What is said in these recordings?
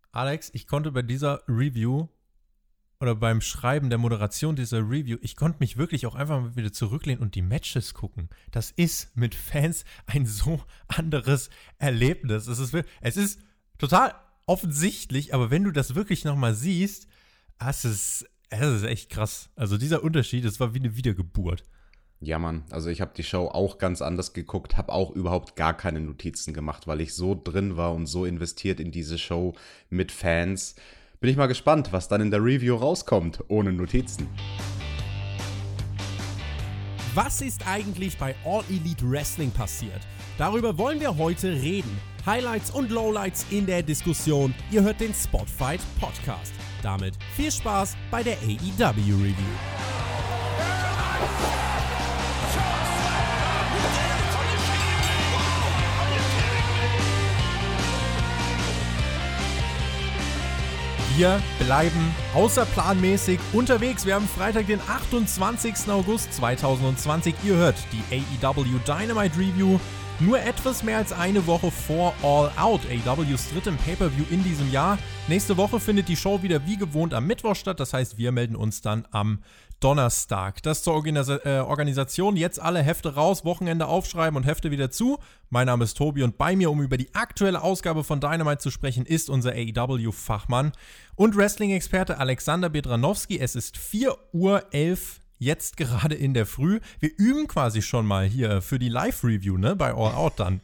Alex, ich konnte bei dieser Review oder beim Schreiben der Moderation dieser Review, ich konnte mich wirklich auch einfach mal wieder zurücklehnen und die Matches gucken. Das ist mit Fans ein so anderes Erlebnis. Es ist total offensichtlich, aber wenn du das wirklich nochmal siehst, es ist echt krass. Also dieser Unterschied, das war wie eine Wiedergeburt. Ja, Mann, also ich habe die Show auch ganz anders geguckt, habe auch überhaupt gar keine Notizen gemacht, weil ich so drin war und so investiert in diese Show mit Fans. Bin ich mal gespannt, was dann in der Review rauskommt, ohne Notizen. Was ist eigentlich bei All Elite Wrestling passiert? Darüber wollen wir heute reden. Highlights und Lowlights in der Diskussion. Ihr hört den Spotfight Podcast. Damit viel Spaß bei der AEW Review. Wir bleiben außerplanmäßig unterwegs. Wir haben Freitag, den 28. August 2020. Ihr hört die AEW Dynamite Review nur etwas mehr als eine Woche vor All Out, AEWs drittem Pay-Per-View in diesem Jahr. Nächste Woche findet die Show wieder wie gewohnt am Mittwoch statt. Das heißt, wir melden uns dann am Donnerstag. Das zur Organisation. Jetzt alle Hefte raus, Wochenende aufschreiben und Hefte wieder zu. Mein Name ist Tobi und bei mir, um über die aktuelle Ausgabe von Dynamite zu sprechen, ist unser AEW-Fachmann und Wrestling-Experte Alexander Bedranowski. Es ist 4:11 Uhr, jetzt gerade in der Früh. Wir üben quasi schon mal hier für die Live-Review, ne, bei All Out dann.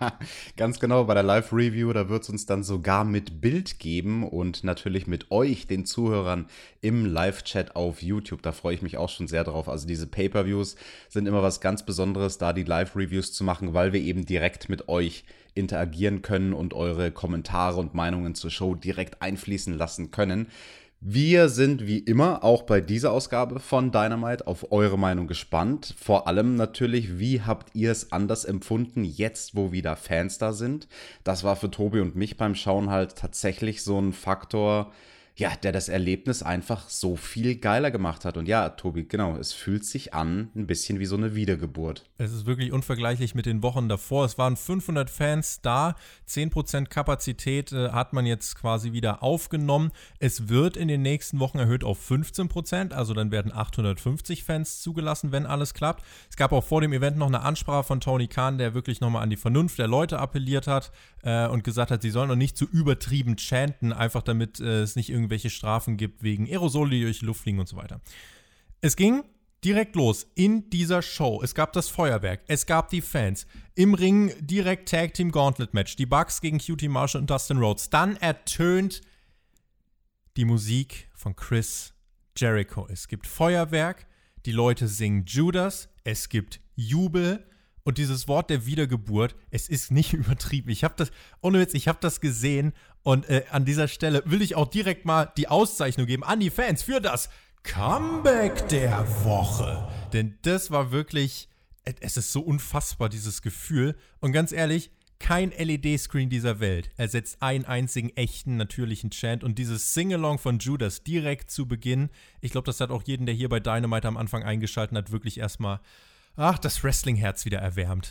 Ganz genau, bei der Live-Review, da wird es uns dann sogar mit Bild geben und natürlich mit euch, den Zuhörern, im Live-Chat auf YouTube. Da freue ich mich auch schon sehr drauf. Also diese Pay-Per-Views sind immer was ganz Besonderes, da die Live-Reviews zu machen, weil wir eben direkt mit euch interagieren können und eure Kommentare und Meinungen zur Show direkt einfließen lassen können. Wir sind wie immer auch bei dieser Ausgabe von Dynamite auf eure Meinung gespannt. Vor allem natürlich, wie habt ihr es anders empfunden, jetzt wo wieder Fans da sind? Das war für Tobi und mich beim Schauen halt tatsächlich so ein Faktor, ja, der das Erlebnis einfach so viel geiler gemacht hat. Und ja, Tobi, genau, es fühlt sich an ein bisschen wie so eine Wiedergeburt. Es ist wirklich unvergleichlich mit den Wochen davor. Es waren 500 Fans da, 10% Kapazität hat man jetzt quasi wieder aufgenommen. Es wird in den nächsten Wochen erhöht auf 15%, also dann werden 850 Fans zugelassen, wenn alles klappt. Es gab auch vor dem Event noch eine Ansprache von Tony Khan, der wirklich nochmal an die Vernunft der Leute appelliert hat und gesagt hat, sie sollen noch nicht zu übertrieben chanten, einfach damit es nicht irgendwelche Strafen gibt wegen Aerosole, die durch die Luft fliegen und so weiter. Es ging direkt los in dieser Show. Es gab das Feuerwerk, es gab die Fans. Im Ring direkt Tag Team Gauntlet Match. Die Bucks gegen QT Marshall und Dustin Rhodes. Dann ertönt die Musik von Chris Jericho. Es gibt Feuerwerk, die Leute singen Judas, es gibt Jubel. Und dieses Wort der Wiedergeburt, es ist nicht übertrieben. Ich habe das, ohne Witz, ich habe das gesehen und an dieser Stelle will ich auch direkt mal die Auszeichnung geben an die Fans für das Comeback der Woche. Denn das war wirklich, es ist so unfassbar, dieses Gefühl. Und ganz ehrlich, kein LED-Screen dieser Welt ersetzt einen einzigen echten, natürlichen Chant. Und dieses Sing-Along von Judas direkt zu Beginn, ich glaube, das hat auch jeden, der hier bei Dynamite am Anfang eingeschaltet hat, wirklich erstmal das Wrestling-Herz wieder erwärmt.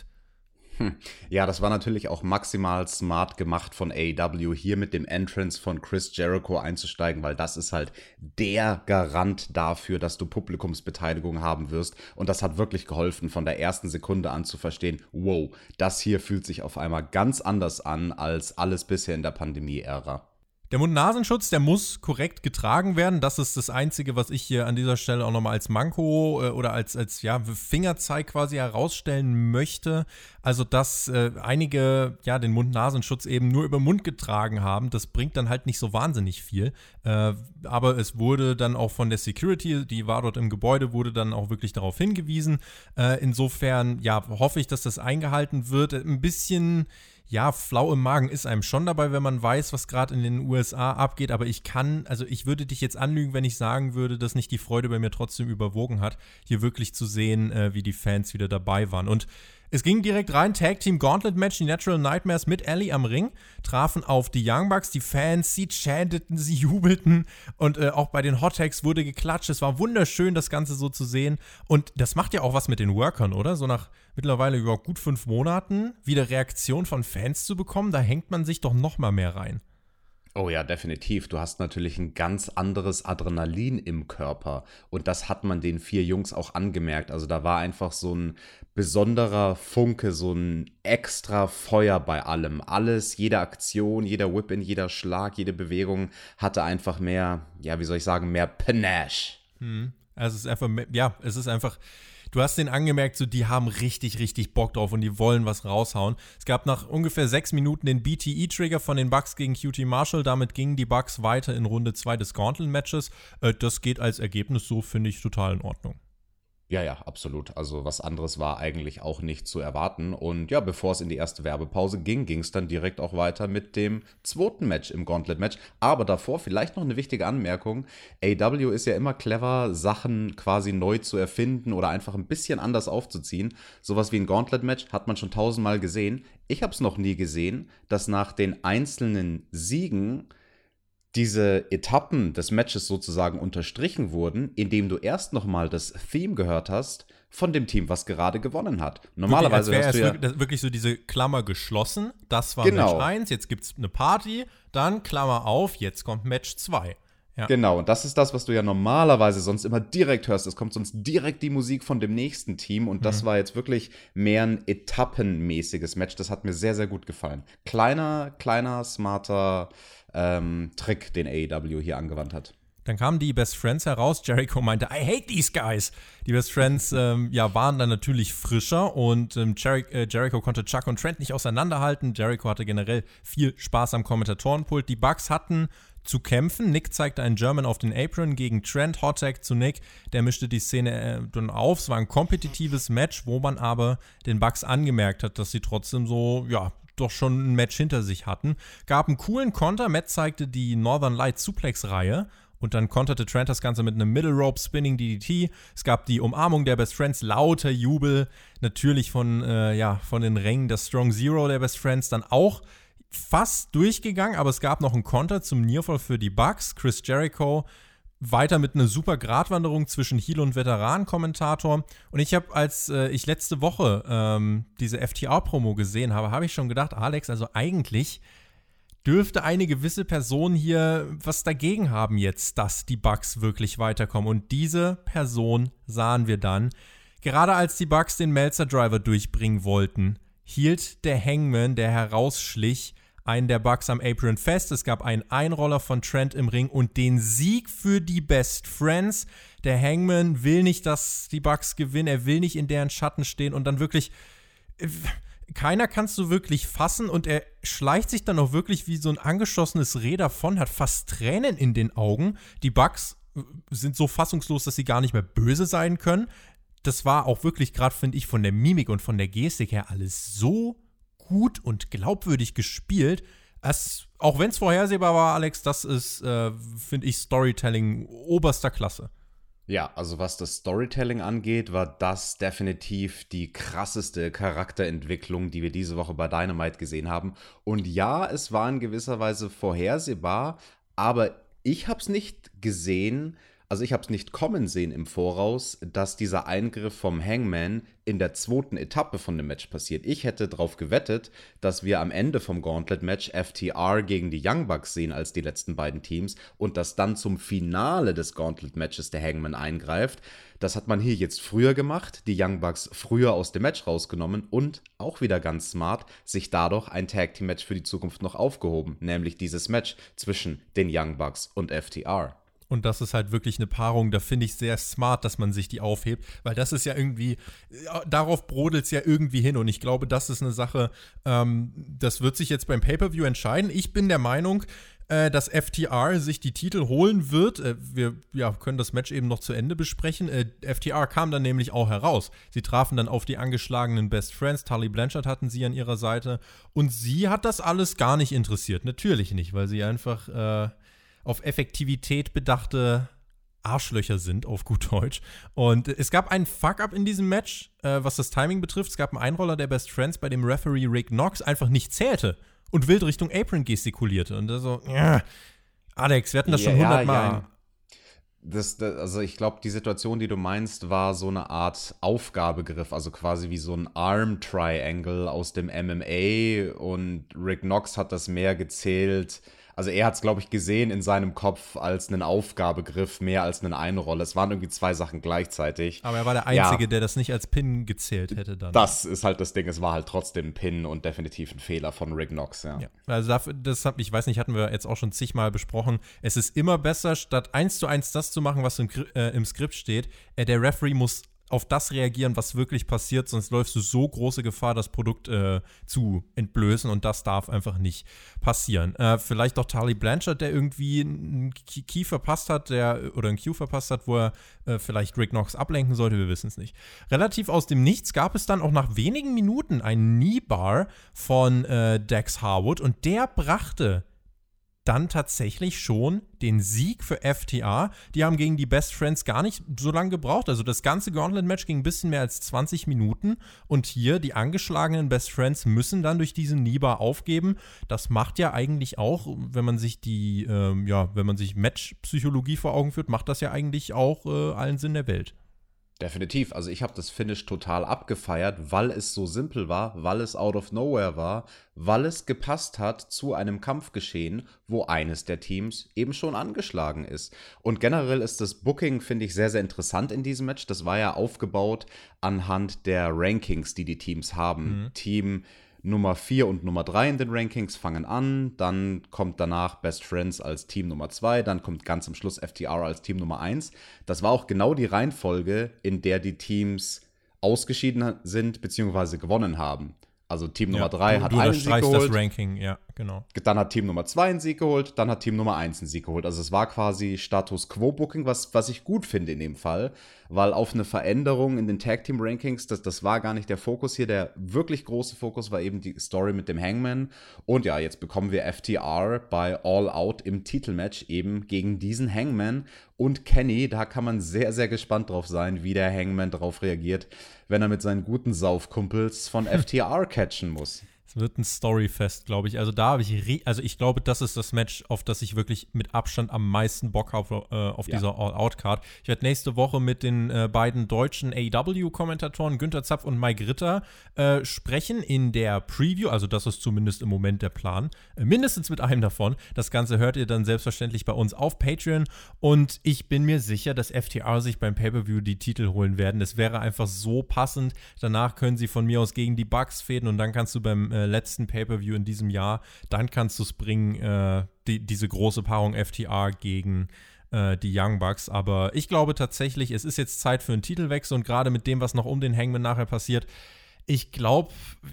Ja, das war natürlich auch maximal smart gemacht von AEW, hier mit dem Entrance von Chris Jericho einzusteigen, weil das ist halt der Garant dafür, dass du Publikumsbeteiligung haben wirst. Und das hat wirklich geholfen, von der ersten Sekunde an zu verstehen, wow, das hier fühlt sich auf einmal ganz anders an als alles bisher in der Pandemie-Ära. Der Mund-Nasenschutz, der muss korrekt getragen werden. Das ist das Einzige, was ich hier an dieser Stelle auch nochmal als Manko oder als Fingerzeig quasi herausstellen möchte. Also, dass einige den Mund-Nasenschutz eben nur über Mund getragen haben, das bringt dann halt nicht so wahnsinnig viel. Aber es wurde dann auch von der Security, die war dort im Gebäude, wurde dann auch wirklich darauf hingewiesen. Insofern, hoffe ich, dass das eingehalten wird. Ein bisschen flau im Magen ist einem schon dabei, wenn man weiß, was gerade in den USA abgeht, aber ich würde dich jetzt anlügen, wenn ich sagen würde, dass nicht die Freude bei mir trotzdem überwogen hat, hier wirklich zu sehen, wie die Fans wieder dabei waren. Und es ging direkt rein, Tag Team Gauntlet Match, die Natural Nightmares mit Allie am Ring, trafen auf die Young Bucks, die Fans, sie chanteten, sie jubelten und auch bei den Hot Tags wurde geklatscht. Es war wunderschön, das Ganze so zu sehen und das macht ja auch was mit den Workern, oder? So nach mittlerweile über gut 5 Monaten wieder Reaktion von Fans zu bekommen, da hängt man sich doch noch mal mehr rein. Oh ja, definitiv. Du hast natürlich ein ganz anderes Adrenalin im Körper. Und das hat man den 4 Jungs auch angemerkt. Also da war einfach so ein besonderer Funke, so ein extra Feuer bei allem. Alles, jede Aktion, jeder Whip-In, jeder Schlag, jede Bewegung hatte einfach mehr, ja, wie soll ich sagen, mehr Panache. Also es ist einfach, du hast den angemerkt, so die haben richtig, richtig Bock drauf und die wollen was raushauen. Es gab nach ungefähr 6 Minuten den BTE-Trigger von den Bucks gegen QT Marshall. Damit gingen die Bucks weiter in Runde 2 des Gauntlet-Matches. Das geht als Ergebnis so, finde ich, total in Ordnung. Ja, ja, absolut. Also was anderes war eigentlich auch nicht zu erwarten. Und ja, bevor es in die erste Werbepause ging, ging es dann direkt auch weiter mit dem 2. Match im Gauntlet-Match. Aber davor vielleicht noch eine wichtige Anmerkung. AEW ist ja immer clever, Sachen quasi neu zu erfinden oder einfach ein bisschen anders aufzuziehen. Sowas wie ein Gauntlet-Match hat man schon 1000-mal gesehen. Ich habe es noch nie gesehen, dass nach den einzelnen Siegen diese Etappen des Matches sozusagen unterstrichen wurden, indem du erst nochmal das Theme gehört hast von dem Team, was gerade gewonnen hat. Normalerweise hörst du ja wirklich so diese Klammer geschlossen. Das war Genau. Match 1, jetzt gibt's eine Party, dann Klammer auf, jetzt kommt Match 2. Ja. Genau, und das ist das, was du ja normalerweise sonst immer direkt hörst. Es kommt sonst direkt die Musik von dem nächsten Team und das war jetzt wirklich mehr ein etappenmäßiges Match. Das hat mir sehr, sehr gut gefallen. Kleiner, smarter Trick, den AEW hier angewandt hat. Dann kamen die Best Friends heraus. Jericho meinte, I hate these guys. Die Best Friends waren dann natürlich frischer und Jericho konnte Chuck und Trent nicht auseinanderhalten. Jericho hatte generell viel Spaß am Kommentatorenpult. Die Bucks hatten zu kämpfen. Nick zeigte einen German auf den Apron gegen Trent. Hot Tag zu Nick. Der mischte die Szene dann auf. Es war ein kompetitives Match, wo man aber den Bucks angemerkt hat, dass sie trotzdem so, ja, doch schon ein Match hinter sich hatten. Gab einen coolen Konter. Matt zeigte die Northern Light Suplex-Reihe. Und dann konterte Trent das Ganze mit einem Middle Rope Spinning DDT. Es gab die Umarmung der Best Friends, lauter Jubel. Natürlich von den Rängen der Strong Zero der Best Friends. Dann auch fast durchgegangen, aber es gab noch einen Konter zum Nearfall für die Bucks. Chris Jericho weiter mit einer super Gratwanderung zwischen Heel- und Veteran-Kommentator. Und ich habe, als ich letzte Woche diese FTR-Promo gesehen habe, habe ich schon gedacht, Alex, also eigentlich dürfte eine gewisse Person hier was dagegen haben jetzt, dass die Bucks wirklich weiterkommen. Und diese Person sahen wir dann. Gerade als die Bucks den Meltzer-Driver durchbringen wollten, hielt der Hangman, der herausschlich, einen der Bucks am Apron fest. Es gab einen Einroller von Trent im Ring und den Sieg für die Best Friends. Der Hangman will nicht, dass die Bucks gewinnen. Er will nicht in deren Schatten stehen und dann wirklich keiner kannst du wirklich fassen und er schleicht sich dann auch wirklich wie so ein angeschossenes Reh davon, hat fast Tränen in den Augen. Die Bucks sind so fassungslos, dass sie gar nicht mehr böse sein können. Das war auch wirklich gerade, finde ich, von der Mimik und von der Gestik her alles so gut und glaubwürdig gespielt. Auch wenn es vorhersehbar war, Alex, das ist, finde ich, Storytelling oberster Klasse. Ja, also was das Storytelling angeht, war das definitiv die krasseste Charakterentwicklung, die wir diese Woche bei Dynamite gesehen haben. Und ja, es war in gewisser Weise vorhersehbar, aber ich habe es nicht gesehen, also ich habe es nicht kommen sehen im Voraus, dass dieser Eingriff vom Hangman in der 2. Etappe von dem Match passiert. Ich hätte darauf gewettet, dass wir am Ende vom Gauntlet-Match FTR gegen die Young Bucks sehen als die letzten beiden Teams und dass dann zum Finale des Gauntlet-Matches der Hangman eingreift. Das hat man hier jetzt früher gemacht, die Young Bucks früher aus dem Match rausgenommen und auch wieder ganz smart, sich dadurch ein Tag-Team-Match für die Zukunft noch aufgehoben, nämlich dieses Match zwischen den Young Bucks und FTR. Und das ist halt wirklich eine Paarung, da finde ich sehr smart, dass man sich die aufhebt, weil das ist ja irgendwie, darauf brodelt es ja irgendwie hin und ich glaube, das ist eine Sache, das wird sich jetzt beim Pay-Per-View entscheiden. Ich bin der Meinung, dass FTR sich die Titel holen wird. Wir können das Match eben noch zu Ende besprechen. FTR kam dann nämlich auch heraus. Sie trafen dann auf die angeschlagenen Best Friends. Tully Blanchard hatten sie an ihrer Seite und sie hat das alles gar nicht interessiert. Natürlich nicht, weil sie einfach auf Effektivität bedachte Arschlöcher sind, auf gut Deutsch. Und es gab einen Fuck-up in diesem Match, was das Timing betrifft. Es gab einen Einroller der Best Friends, bei dem Referee Rick Knox einfach nicht zählte und wild Richtung Apron gestikulierte. Und so, Alex, wir hatten das schon 100 Mal. Ja. Also ich glaube, die Situation, die du meinst, war so eine Art Aufgabegriff, also quasi wie so ein Arm-Triangle aus dem MMA und Rick Knox hat das mehr gezählt Also er hat es, glaube ich, gesehen in seinem Kopf als einen Aufgabegriff, mehr als eine Einrolle. Es waren irgendwie 2 Sachen gleichzeitig. Aber er war der Einzige, der das nicht als Pin gezählt hätte dann. Das ist halt das Ding, es war halt trotzdem ein Pin und definitiv ein Fehler von Rick Knox, ja. Also ich weiß nicht, hatten wir jetzt auch schon zigmal besprochen, es ist immer besser, statt 1:1 das zu machen, was im Skript steht, der Referee muss auf das reagieren, was wirklich passiert, sonst läufst du so große Gefahr, das Produkt zu entblößen und das darf einfach nicht passieren. Vielleicht auch Tully Blanchard, der irgendwie einen Key verpasst hat, oder einen Cue verpasst hat, wo er vielleicht Rick Knox ablenken sollte, wir wissen es nicht. Relativ aus dem Nichts gab es dann auch nach wenigen Minuten einen Knee-Bar von Dax Harwood und der brachte dann tatsächlich schon den Sieg für FTR. Die haben gegen die Best Friends gar nicht so lange gebraucht. Also das ganze Gauntlet-Match ging ein bisschen mehr als 20 Minuten. Und hier, die angeschlagenen Best Friends müssen dann durch diesen Knee-Bar aufgeben. Das macht ja eigentlich auch, wenn man sich wenn man sich Match-Psychologie vor Augen führt, macht das ja eigentlich auch allen Sinn der Welt. Definitiv. Also ich habe das Finish total abgefeiert, weil es so simpel war, weil es out of nowhere war, weil es gepasst hat zu einem Kampfgeschehen, wo eines der Teams eben schon angeschlagen ist. Und generell ist das Booking, finde ich, sehr, sehr interessant in diesem Match. Das war ja aufgebaut anhand der Rankings, die die Teams haben. Team Nummer 4 und Nummer 3 in den Rankings fangen an, dann kommt danach Best Friends als Team Nummer 2, dann kommt ganz am Schluss FTR als Team Nummer 1. Das war auch genau die Reihenfolge, in der die Teams ausgeschieden sind bzw. gewonnen haben. Also Team Nummer 3 hat einen Sieg geholt. Das Ranking, ja, genau. Dann hat Team Nummer 2 einen Sieg geholt, dann hat Team Nummer 1 einen Sieg geholt. Also es war quasi Status Quo Booking, was ich gut finde in dem Fall, weil auf eine Veränderung in den Tag Team Rankings, das war gar nicht der Fokus hier. Der wirklich große Fokus war eben die Story mit dem Hangman. Und ja, jetzt bekommen wir FTR bei All Out im Titelmatch eben gegen diesen Hangman und Kenny. Da kann man sehr, sehr gespannt drauf sein, wie der Hangman darauf reagiert, wenn er mit seinen guten Saufkumpels von FTR catchen muss. Es wird ein Storyfest, glaube ich. Also da habe ich glaube, das ist das Match, auf das ich wirklich mit Abstand am meisten Bock habe auf dieser All-Out-Card. Ich werde nächste Woche mit den beiden deutschen AEW-Kommentatoren Günther Zapf und Mike Ritter sprechen in der Preview. Also das ist zumindest im Moment der Plan. Mindestens mit einem davon. Das Ganze hört ihr dann selbstverständlich bei uns auf Patreon. Und ich bin mir sicher, dass FTR sich beim Pay-Per-View die Titel holen werden. Es wäre einfach so passend. Danach können sie von mir aus gegen die Bucks fäden und dann kannst du beim letzten Pay-Per-View in diesem Jahr, dann kannst du es bringen, diese große Paarung FTR gegen die Young Bucks. Aber ich glaube tatsächlich, es ist jetzt Zeit für einen Titelwechsel und gerade mit dem, was noch um den Hangman nachher passiert, ich glaube,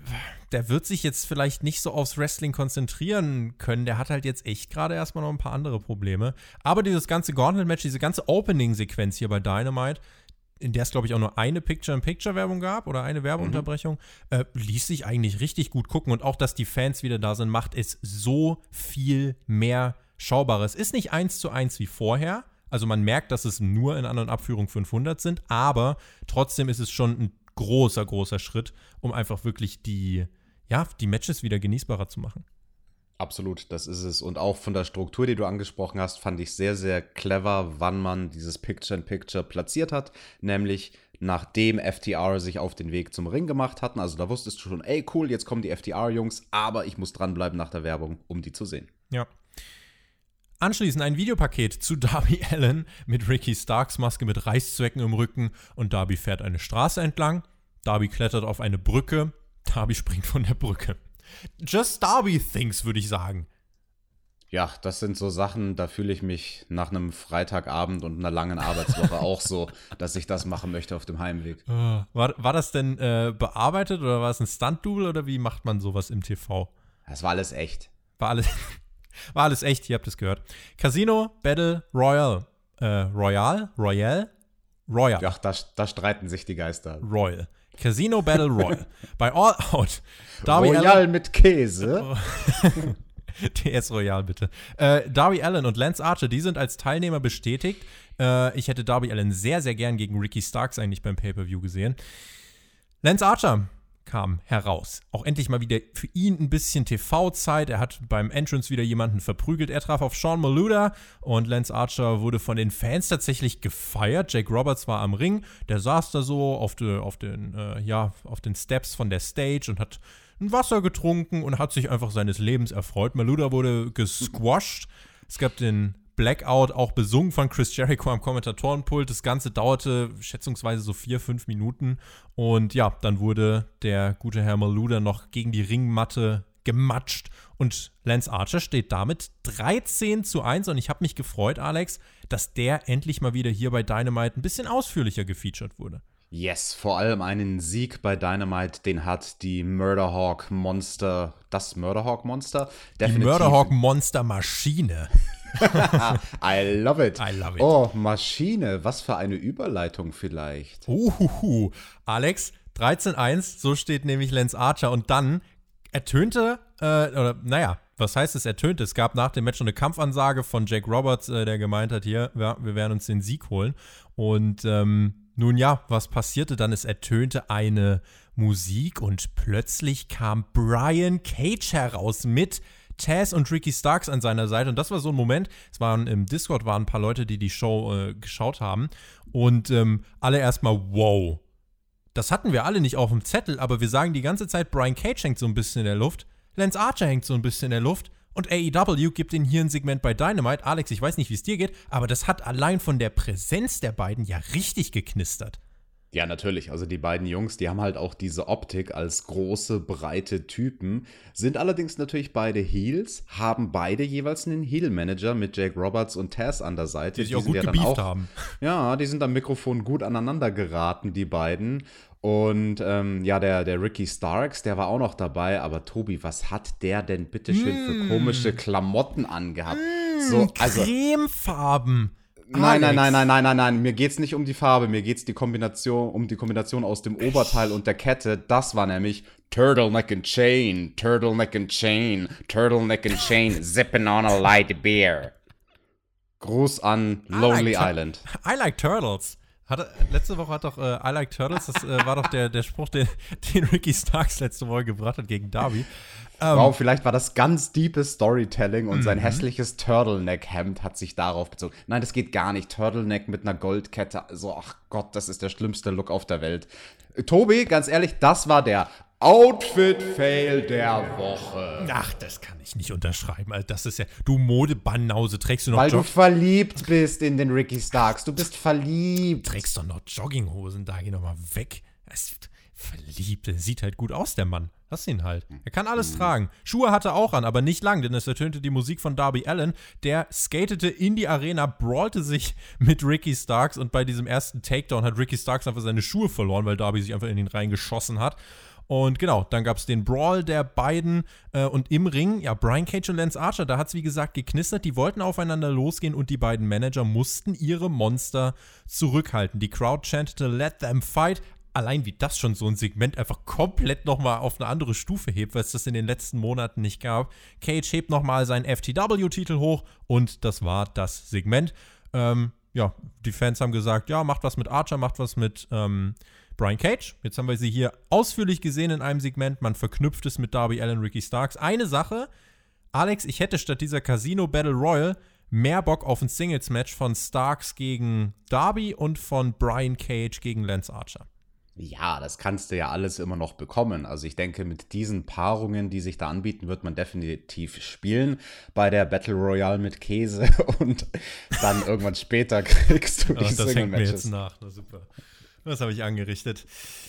der wird sich jetzt vielleicht nicht so aufs Wrestling konzentrieren können. Der hat halt jetzt echt gerade erstmal noch ein paar andere Probleme. Aber dieses ganze Gauntlet-Match, diese ganze Opening-Sequenz hier bei Dynamite, in der es, glaube ich, auch nur eine Picture-in-Picture-Werbung gab oder eine Werbeunterbrechung, ließ sich eigentlich richtig gut gucken. Und auch, dass die Fans wieder da sind, macht es so viel mehr schaubarer. Es ist nicht 1:1 wie vorher. Also man merkt, dass es nur in anderen Abführungen 500 sind. Aber trotzdem ist es schon ein großer, großer Schritt, um einfach wirklich die Matches wieder genießbarer zu machen. Absolut, das ist es. Und auch von der Struktur, die du angesprochen hast, fand ich sehr, sehr clever, wann man dieses Picture-in-Picture platziert hat. Nämlich nachdem FTR sich auf den Weg zum Ring gemacht hatten. Also da wusstest du schon, ey cool, jetzt kommen die FTR-Jungs, aber ich muss dranbleiben nach der Werbung, um die zu sehen. Ja. Anschließend ein Videopaket zu Darby Allin mit Ricky Starks Maske mit Reißzwecken im Rücken und Darby fährt eine Straße entlang. Darby klettert auf eine Brücke. Darby springt von der Brücke. Just Darby Things, würde ich sagen. Ja, das sind so Sachen, da fühle ich mich nach einem Freitagabend und einer langen Arbeitswoche auch so, dass ich das machen möchte auf dem Heimweg. War das denn bearbeitet oder war es ein Stunt-Double oder wie macht man sowas im TV? Das war alles echt. War alles echt, ihr habt es gehört. Casino Battle Royale. Royale? Ja, da streiten sich die Geister. Royal. Casino Battle Royal. Bei All Out. Darby Royal Allin mit Käse. DS Royal, bitte. Darby Allin und Lance Archer, die sind als Teilnehmer bestätigt. Ich hätte Darby Allin sehr, sehr gern gegen Ricky Starks eigentlich beim Pay-Per-View gesehen. Lance Archer kam heraus. Auch endlich mal wieder für ihn ein bisschen TV-Zeit. Er hat beim Entrance wieder jemanden verprügelt. Er traf auf Sean Maluda und Lance Archer wurde von den Fans tatsächlich gefeiert. Jake Roberts war am Ring. Der saß da so auf den Steps von der Stage und hat ein Wasser getrunken und hat sich einfach seines Lebens erfreut. Maluda wurde gesquashed. Es gab den Blackout, auch besungen von Chris Jericho am Kommentatorenpult. Das Ganze dauerte schätzungsweise so 4-5 Minuten. Und ja, dann wurde der gute Herr Maluda noch gegen die Ringmatte gematscht. Und Lance Archer steht damit 13:1. Und ich habe mich gefreut, Alex, dass der endlich mal wieder hier bei Dynamite ein bisschen ausführlicher gefeatured wurde. Yes, vor allem einen Sieg bei Dynamite, den hat die Murderhawk-Monster, das Murderhawk-Monster? Die Murderhawk-Monster-Maschine. I love it. I love it. Oh, Maschine, was für eine Überleitung vielleicht. Alex, 13:1, so steht nämlich Lance Archer. Und dann ertönte, was heißt es ertönte? Es gab nach dem Match schon eine Kampfansage von Jake Roberts, der gemeint hat, hier, wir werden uns den Sieg holen. Und nun ja, was passierte dann? Es ertönte eine Musik und plötzlich kam Brian Cage heraus mit Taz und Ricky Starks an seiner Seite. Und das war so ein Moment, im Discord waren ein paar Leute, die Show geschaut haben. Und alle erstmal, wow. Das hatten wir alle nicht auf dem Zettel, aber wir sagen die ganze Zeit, Brian Cage hängt so ein bisschen in der Luft. Lance Archer hängt so ein bisschen in der Luft. Und AEW gibt ihnen hier ein Segment bei Dynamite. Alex, ich weiß nicht, wie es dir geht, aber das hat allein von der Präsenz der beiden ja richtig geknistert. Ja, natürlich. Also die beiden Jungs, die haben halt auch diese Optik als große, breite Typen, sind allerdings natürlich beide Heels, haben beide jeweils einen Heel-Manager mit Jake Roberts und Taz an der Seite. Die sich auch gut gebieft haben. Ja, die sind am Mikrofon gut aneinander geraten, die beiden. Und der Ricky Starks, der war auch noch dabei. Aber Tobi, was hat der denn bitteschön für komische Klamotten angehabt? Cremefarben. Nein. Mir geht's nicht um die Farbe. Mir geht's um die Kombination aus dem Oberteil und der Kette. Das war nämlich Turtleneck and Chain, sipping on a light beer. Gruß an Lonely Island. I like turtles. Letzte Woche hat doch I like turtles, das war doch der Spruch, den Ricky Starks letzte Woche gebracht hat gegen Darby. Wow, vielleicht war das ganz deepes Storytelling und sein hässliches Turtleneck-Hemd hat sich darauf bezogen. Nein, das geht gar nicht. Turtleneck mit einer Goldkette. Also, ach Gott, das ist der schlimmste Look auf der Welt. Tobi, ganz ehrlich, das war der Outfit-Fail der Woche. Ach, das kann ich nicht unterschreiben. Also das ist ja, du Modebanause, trägst du noch Weil du verliebt bist in den Ricky Starks. Du bist verliebt. Trägst doch noch Jogginghosen, da geh doch mal weg. Verliebt, der sieht halt gut aus, der Mann. Lass ihn halt. Er kann alles tragen. Schuhe hatte er auch an, aber nicht lang, denn es ertönte die Musik von Darby Allin. Der skatete in die Arena, brawlte sich mit Ricky Starks und bei diesem ersten Takedown hat Ricky Starks einfach seine Schuhe verloren, weil Darby sich einfach in ihn reingeschossen hat. Und genau, dann gab es den Brawl der beiden und im Ring, ja, Brian Cage und Lance Archer, da hat es wie gesagt geknistert, die wollten aufeinander losgehen und die beiden Manager mussten ihre Monster zurückhalten. Die Crowd chantete "Let them fight", allein wie das schon so ein Segment einfach komplett nochmal auf eine andere Stufe hebt, weil es das in den letzten Monaten nicht gab. Cage hebt nochmal seinen FTW-Titel hoch und das war das Segment. Die Fans haben gesagt, ja, macht was mit Archer, macht was mit Brian Cage. Jetzt haben wir sie hier ausführlich gesehen in einem Segment. Man verknüpft es mit Darby Allin, Ricky Starks. Eine Sache, Alex, ich hätte statt dieser Casino Battle Royal mehr Bock auf ein Singles-Match von Starks gegen Darby und von Brian Cage gegen Lance Archer. Ja, das kannst du ja alles immer noch bekommen. Also ich denke, mit diesen Paarungen, die sich da anbieten, wird man definitiv spielen bei der Battle Royale mit Käse und dann irgendwann später kriegst du die Single-Matches. Das hängt mir jetzt nach, na super. Was habe ich angerichtet?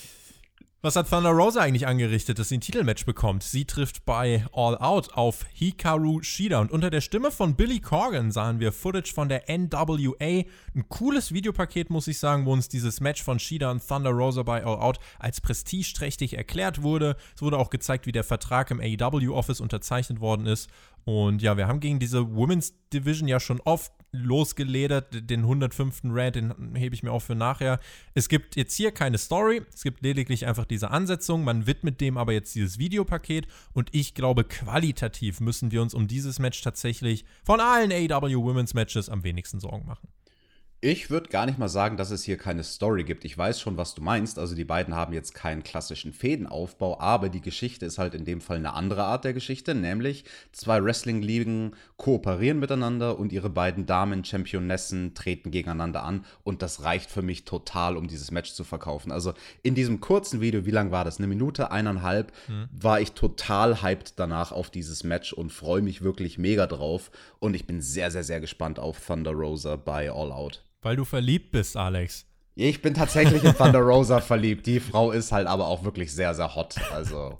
Was hat Thunder Rosa eigentlich angerichtet, dass sie ein Titelmatch bekommt? Sie trifft bei All Out auf Hikaru Shida und unter der Stimme von Billy Corgan sahen wir Footage von der NWA. Ein cooles Videopaket, muss ich sagen, wo uns dieses Match von Shida und Thunder Rosa bei All Out als prestigeträchtig erklärt wurde. Es wurde auch gezeigt, wie der Vertrag im AEW-Office unterzeichnet worden ist. Und ja, wir haben gegen diese Women's Division ja schon oft losgeledert. Den 105. Rant, den hebe ich mir auf für nachher. Es gibt jetzt hier keine Story, es gibt lediglich einfach diese Ansetzung. Man widmet dem aber jetzt dieses Videopaket und ich glaube, qualitativ müssen wir uns um dieses Match tatsächlich von allen AEW Women's Matches am wenigsten Sorgen machen. Ich würde gar nicht mal sagen, dass es hier keine Story gibt. Ich weiß schon, was du meinst. Also die beiden haben jetzt keinen klassischen Fädenaufbau, aber die Geschichte ist halt in dem Fall eine andere Art der Geschichte, nämlich 2 Wrestling-Ligen kooperieren miteinander und ihre beiden Damen-Championessen treten gegeneinander an und das reicht für mich total, um dieses Match zu verkaufen. Also in diesem kurzen Video, wie lang war das? 1 Minute, 1,5, war ich total hyped danach auf dieses Match und freue mich wirklich mega drauf und ich bin sehr, sehr, sehr gespannt auf Thunder Rosa bei All Out. Weil du verliebt bist, Alex. Ich bin tatsächlich in Thunder Rosa verliebt. Die Frau ist halt aber auch wirklich sehr, sehr hot. Also,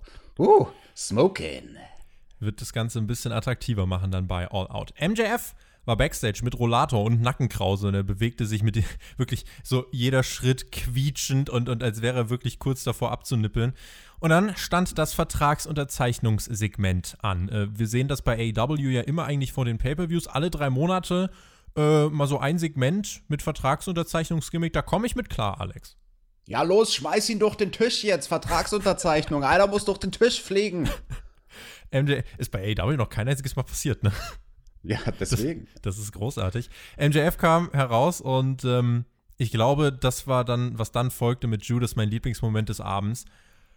smoking. Wird das Ganze ein bisschen attraktiver machen dann bei All Out. MJF war Backstage mit Rollator und Nackenkrause und er bewegte sich mit wirklich so jeder Schritt quietschend und als wäre er wirklich kurz davor abzunippeln. Und dann stand das Vertragsunterzeichnungssegment an. Wir sehen das bei AEW ja immer eigentlich vor den Pay-Per-Views, alle 3 Monate mal so ein Segment mit Vertragsunterzeichnungsgimmick, da komme ich mit klar, Alex. Ja, los, schmeiß ihn durch den Tisch jetzt, Vertragsunterzeichnung. Einer muss durch den Tisch fliegen. MJ ist bei AEW noch kein einziges Mal passiert, ne? Ja, deswegen. Das ist großartig. MJF kam heraus und ich glaube, das war dann, was dann folgte mit Judas, mein Lieblingsmoment des Abends.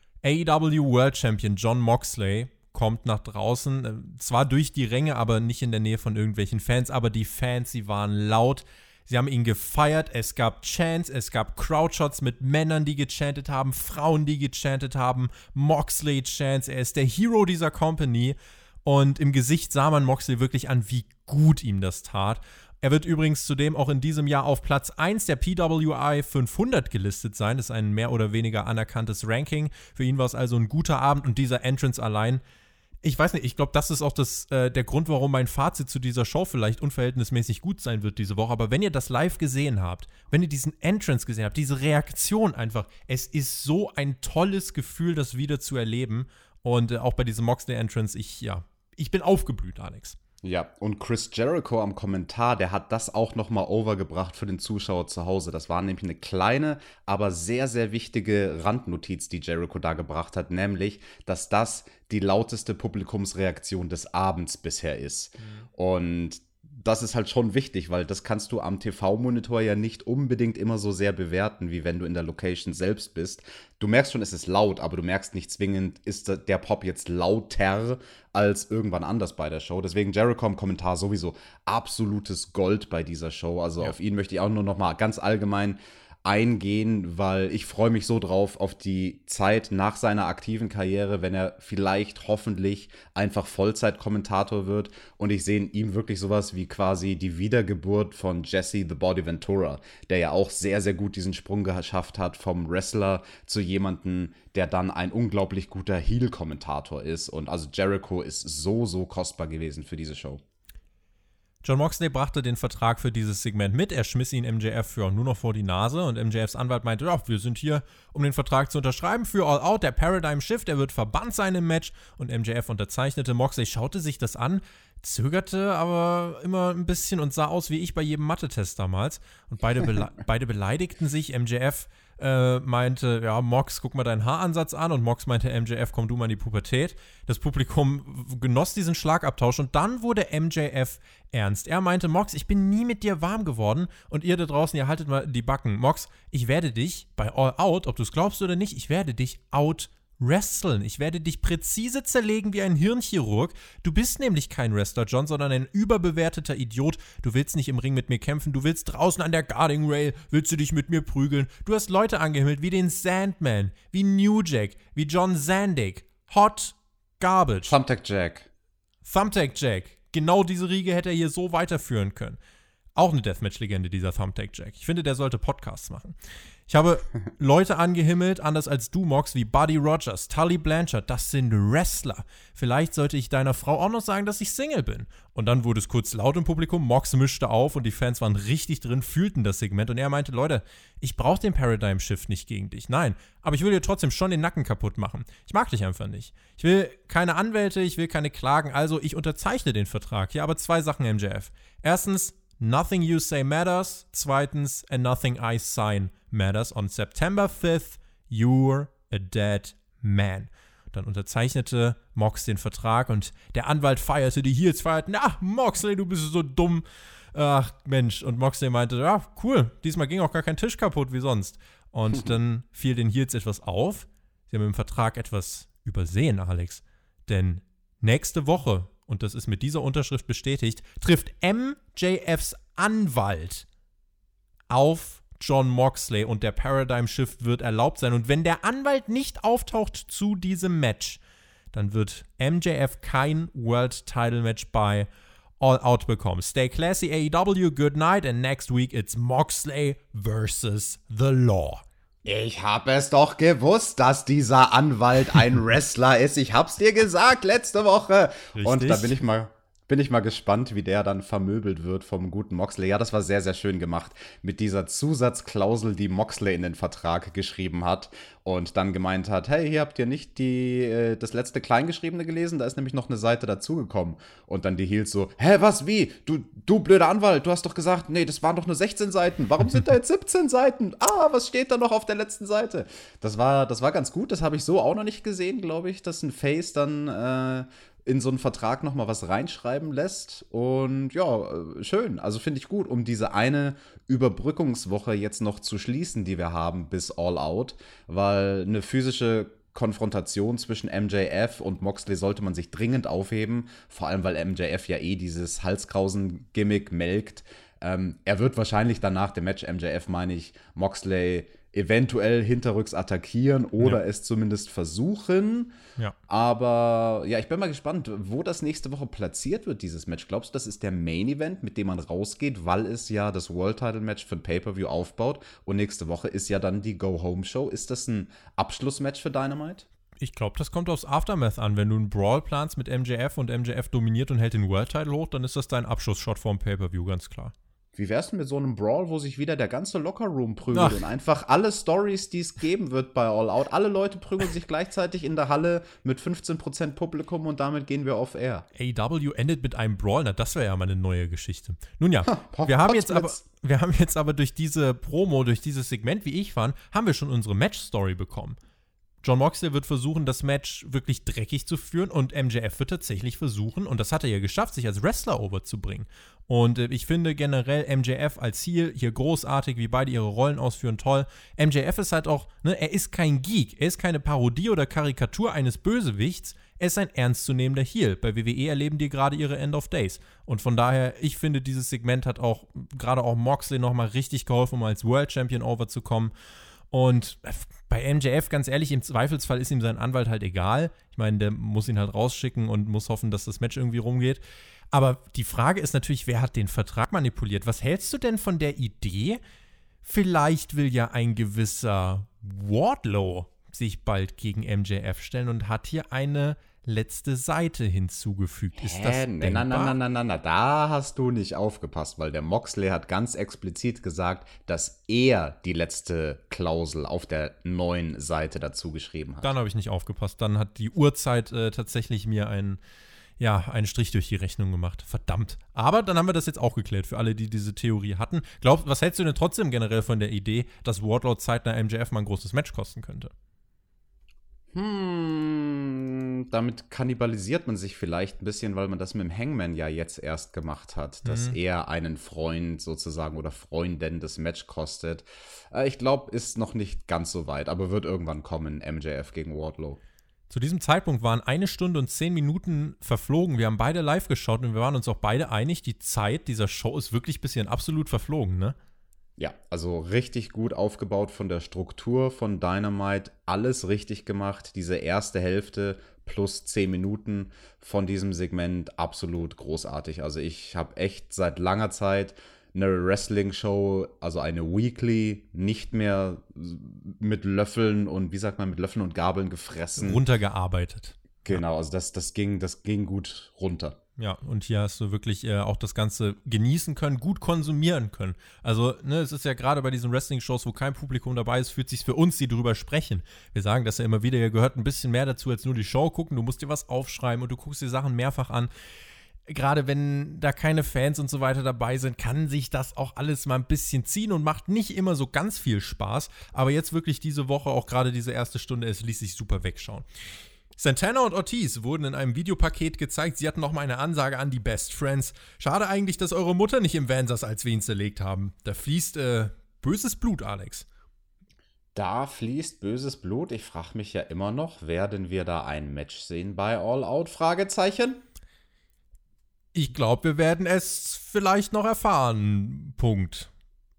AEW World Champion Jon Moxley kommt nach draußen, zwar durch die Ränge, aber nicht in der Nähe von irgendwelchen Fans, aber die Fans, sie waren laut, sie haben ihn gefeiert, es gab Chants, es gab Crowdshots mit Männern, die gechantet haben, Frauen, die gechantet haben, Moxley-Chants, er ist der Hero dieser Company und im Gesicht sah man Moxley wirklich an, wie gut ihm das tat. Er wird übrigens zudem auch in diesem Jahr auf Platz 1 der PWI 500 gelistet sein. Das ist ein mehr oder weniger anerkanntes Ranking. Für ihn war es also ein guter Abend und dieser Entrance allein, ich weiß nicht, ich glaube, das ist auch der Grund, warum mein Fazit zu dieser Show vielleicht unverhältnismäßig gut sein wird diese Woche. Aber wenn ihr das live gesehen habt, wenn ihr diesen Entrance gesehen habt, diese Reaktion einfach, es ist so ein tolles Gefühl, das wieder zu erleben. Und auch bei diesem Moxley-Entrance, ich bin aufgeblüht, Alex. Ja, und Chris Jericho am Kommentar, der hat das auch nochmal overgebracht für den Zuschauer zu Hause. Das war nämlich eine kleine, aber sehr, sehr wichtige Randnotiz, die Jericho da gebracht hat, nämlich, dass das die lauteste Publikumsreaktion des Abends bisher ist. Und das ist halt schon wichtig, weil das kannst du am TV-Monitor ja nicht unbedingt immer so sehr bewerten, wie wenn du in der Location selbst bist. Du merkst schon, es ist laut, aber du merkst nicht zwingend, ist der Pop jetzt lauter als irgendwann anders bei der Show. Deswegen Jericho im Kommentar sowieso absolutes Gold bei dieser Show. Also auf ihn möchte ich auch nur noch mal ganz allgemein eingehen, weil ich freue mich so drauf auf die Zeit nach seiner aktiven Karriere, wenn er vielleicht hoffentlich einfach Vollzeit-Kommentator wird und ich sehe in ihm wirklich sowas wie quasi die Wiedergeburt von Jesse the Body Ventura, der ja auch sehr, sehr gut diesen Sprung geschafft hat vom Wrestler zu jemandem, der dann ein unglaublich guter Heel-Kommentator ist und also Jericho ist so, so kostbar gewesen für diese Show. Jon Moxley brachte den Vertrag für dieses Segment mit. Er schmiss ihn MJF nur noch vor die Nase und MJFs Anwalt meinte, ja, wir sind hier, um den Vertrag zu unterschreiben für All Out, der Paradigm Shift, er wird verbannt sein im Match und MJF unterzeichnete. Moxley schaute sich das an, zögerte aber immer ein bisschen und sah aus wie ich bei jedem Mathe-Test damals und beide beleidigten sich. MJF meinte, ja, Mox, guck mal deinen Haaransatz an und Mox meinte, MJF, komm du mal in die Pubertät. Das Publikum genoss diesen Schlagabtausch und dann wurde MJF ernst. Er meinte, Mox, ich bin nie mit dir warm geworden und ihr da draußen, ihr haltet mal die Backen. Mox, ich werde dich bei All Out, ob du es glaubst oder nicht, ich werde dich wresteln. Ich werde dich präzise zerlegen wie ein Hirnchirurg. Du bist nämlich kein Wrestler, John, sondern ein überbewerteter Idiot. Du willst nicht im Ring mit mir kämpfen. Du willst draußen an der Guarding Rail, willst du dich mit mir prügeln. Du hast Leute angehimmelt wie den Sandman, wie New Jack, wie John Zandig. Hot Garbage. Thumbtack Jack. Genau diese Riege hätte er hier so weiterführen können. Auch eine Deathmatch-Legende, dieser Thumbtack Jack. Ich finde, der sollte Podcasts machen. Ich habe Leute angehimmelt, anders als du, Mox, wie Buddy Rogers, Tully Blanchard. Das sind Wrestler. Vielleicht sollte ich deiner Frau auch noch sagen, dass ich Single bin. Und dann wurde es kurz laut im Publikum. Mox mischte auf und die Fans waren richtig drin, fühlten das Segment. Und er meinte, Leute, ich brauche den Paradigm Shift nicht gegen dich. Nein, aber ich will dir trotzdem schon den Nacken kaputt machen. Ich mag dich einfach nicht. Ich will keine Anwälte, ich will keine Klagen. Also ich unterzeichne den Vertrag. Ja, aber 2 Sachen, MJF. Erstens, nothing you say matters. Zweitens, and nothing I sign matters. On September 5th, you're a dead man. Dann unterzeichnete Mox den Vertrag und der Anwalt feierte, die Heels feierten, ach, Moxley, du bist so dumm. Ach, Mensch. Und Moxley meinte, ja, cool, diesmal ging auch gar kein Tisch kaputt wie sonst. Und dann fiel den Heels etwas auf. Sie haben im Vertrag etwas übersehen, Alex. Denn nächste Woche, und das ist mit dieser Unterschrift bestätigt, trifft MJFs Anwalt auf Jon Moxley und der Paradigm Shift wird erlaubt sein. Und wenn der Anwalt nicht auftaucht zu diesem Match, dann wird MJF kein World Title Match bei All Out bekommen. Stay classy, AEW, good night, and next week it's Moxley versus The Law. Ich habe es doch gewusst, dass dieser Anwalt ein Wrestler ist. Ich hab's dir gesagt letzte Woche. Richtig. Und da bin ich mal gespannt, wie der dann vermöbelt wird vom guten Moxley. Ja, das war sehr, sehr schön gemacht mit dieser Zusatzklausel, die Moxley in den Vertrag geschrieben hat und dann gemeint hat, hey, hier habt ihr nicht das letzte Kleingeschriebene gelesen? Da ist nämlich noch eine Seite dazugekommen. Und dann die Heels so, hä, was, wie? Du blöder Anwalt, du hast doch gesagt, nee, das waren doch nur 16 Seiten. Warum sind da jetzt 17 Seiten? Was steht da noch auf der letzten Seite? Das war ganz gut, das habe ich so auch noch nicht gesehen, glaube ich, dass ein Face dann in so einen Vertrag noch mal was reinschreiben lässt. Und ja, schön. Also finde ich gut, um diese eine Überbrückungswoche jetzt noch zu schließen, die wir haben bis All Out, weil eine physische Konfrontation zwischen MJF und Moxley sollte man sich dringend aufheben, vor allem weil MJF ja dieses Halskrausen-Gimmick melkt. Er wird wahrscheinlich dann nach dem Match, MJF meine ich, Moxley eventuell hinterrücks attackieren oder es zumindest versuchen. Ja. Aber ja, ich bin mal gespannt, wo das nächste Woche platziert wird, dieses Match. Glaubst du, das ist der Main-Event, mit dem man rausgeht, weil es ja das World-Title-Match für ein Pay-Per-View aufbaut und nächste Woche ist ja dann die Go-Home-Show. Ist das ein Abschlussmatch für Dynamite? Ich glaube, das kommt aufs Aftermath an. Wenn du einen Brawl planst mit MJF und MJF dominiert und hält den World-Title hoch, dann ist das dein Abschlussshot vorm Pay-Per-View, ganz klar. Wie wär's denn mit so einem Brawl, wo sich wieder der ganze Lockerroom prügelt und einfach alle Stories, die es geben wird bei All Out, alle Leute prügeln sich gleichzeitig in der Halle mit 15% Publikum und damit gehen wir off air. AEW endet mit einem Brawl, na das wäre ja mal eine neue Geschichte. Nun ja, wir haben jetzt aber durch diese Promo, durch dieses Segment, wie ich fand, haben wir schon unsere Match-Story bekommen. Jon Moxley wird versuchen, das Match wirklich dreckig zu führen und MJF wird tatsächlich versuchen, und das hat er ja geschafft, sich als Wrestler overzubringen. Und ich finde generell MJF als Heel hier großartig, wie beide ihre Rollen ausführen, toll. MJF ist halt auch, er ist kein Geek, er ist keine Parodie oder Karikatur eines Bösewichts, er ist ein ernstzunehmender Heel. Bei WWE erleben die gerade ihre End of Days. Und von daher, ich finde, dieses Segment hat auch gerade auch Moxley nochmal richtig geholfen, um als World Champion overzukommen. Und bei MJF, ganz ehrlich, im Zweifelsfall ist ihm sein Anwalt halt egal. Ich meine, der muss ihn halt rausschicken und muss hoffen, dass das Match irgendwie rumgeht. Aber die Frage ist natürlich, wer hat den Vertrag manipuliert? Was hältst du denn von der Idee? Vielleicht will ja ein gewisser Wardlow sich bald gegen MJF stellen und hat hier eine letzte Seite hinzugefügt. Ist das denkbar? Nein, da hast du nicht aufgepasst, weil der Moxley hat ganz explizit gesagt, dass er die letzte Klausel auf der neuen Seite dazu geschrieben hat. Dann habe ich nicht aufgepasst. Dann hat die Uhrzeit tatsächlich mir einen Strich durch die Rechnung gemacht. Verdammt. Aber dann haben wir das jetzt auch geklärt für alle, die diese Theorie hatten. Was hältst du denn trotzdem generell von der Idee, dass Wardlow zeitnah MJF mal ein großes Match kosten könnte? Damit kannibalisiert man sich vielleicht ein bisschen, weil man das mit dem Hangman ja jetzt erst gemacht hat, dass er einen Freund sozusagen oder Freundin das Match kostet. Ich glaube, ist noch nicht ganz so weit, aber wird irgendwann kommen, MJF gegen Wardlow. Zu diesem Zeitpunkt waren 1 Stunde und 10 Minuten verflogen. Wir haben beide live geschaut und wir waren uns auch beide einig, die Zeit dieser Show ist wirklich ein bisschen absolut verflogen, ne? Ja, also richtig gut aufgebaut von der Struktur von Dynamite, alles richtig gemacht. Diese erste Hälfte plus 10 Minuten von diesem Segment, absolut großartig. Also ich habe echt seit langer Zeit eine Wrestling-Show, also eine Weekly, nicht mehr mit Löffeln und, wie sagt man, mit Löffeln und Gabeln gefressen. Runtergearbeitet. Genau, also das ging gut runter. Ja, und hier hast du wirklich auch das Ganze genießen können, gut konsumieren können. Also, es ist ja gerade bei diesen Wrestling-Shows, wo kein Publikum dabei ist, fühlt sich für uns, die drüber sprechen. Wir sagen das ja immer wieder, ihr gehört ein bisschen mehr dazu, als nur die Show gucken. Du musst dir was aufschreiben und du guckst dir Sachen mehrfach an. Gerade wenn da keine Fans und so weiter dabei sind, kann sich das auch alles mal ein bisschen ziehen und macht nicht immer so ganz viel Spaß. Aber jetzt wirklich diese Woche, auch gerade diese erste Stunde, es ließ sich super wegschauen. Santana und Ortiz wurden in einem Videopaket gezeigt. Sie hatten nochmal eine Ansage an die Best Friends. Schade eigentlich, dass eure Mutter nicht im Van saß, als wir ihn zerlegt haben. Da fließt böses Blut, Alex. Da fließt böses Blut. Ich frage mich ja immer noch, werden wir da ein Match sehen bei All Out? Fragezeichen. Ich glaube, wir werden es vielleicht noch erfahren. Punkt.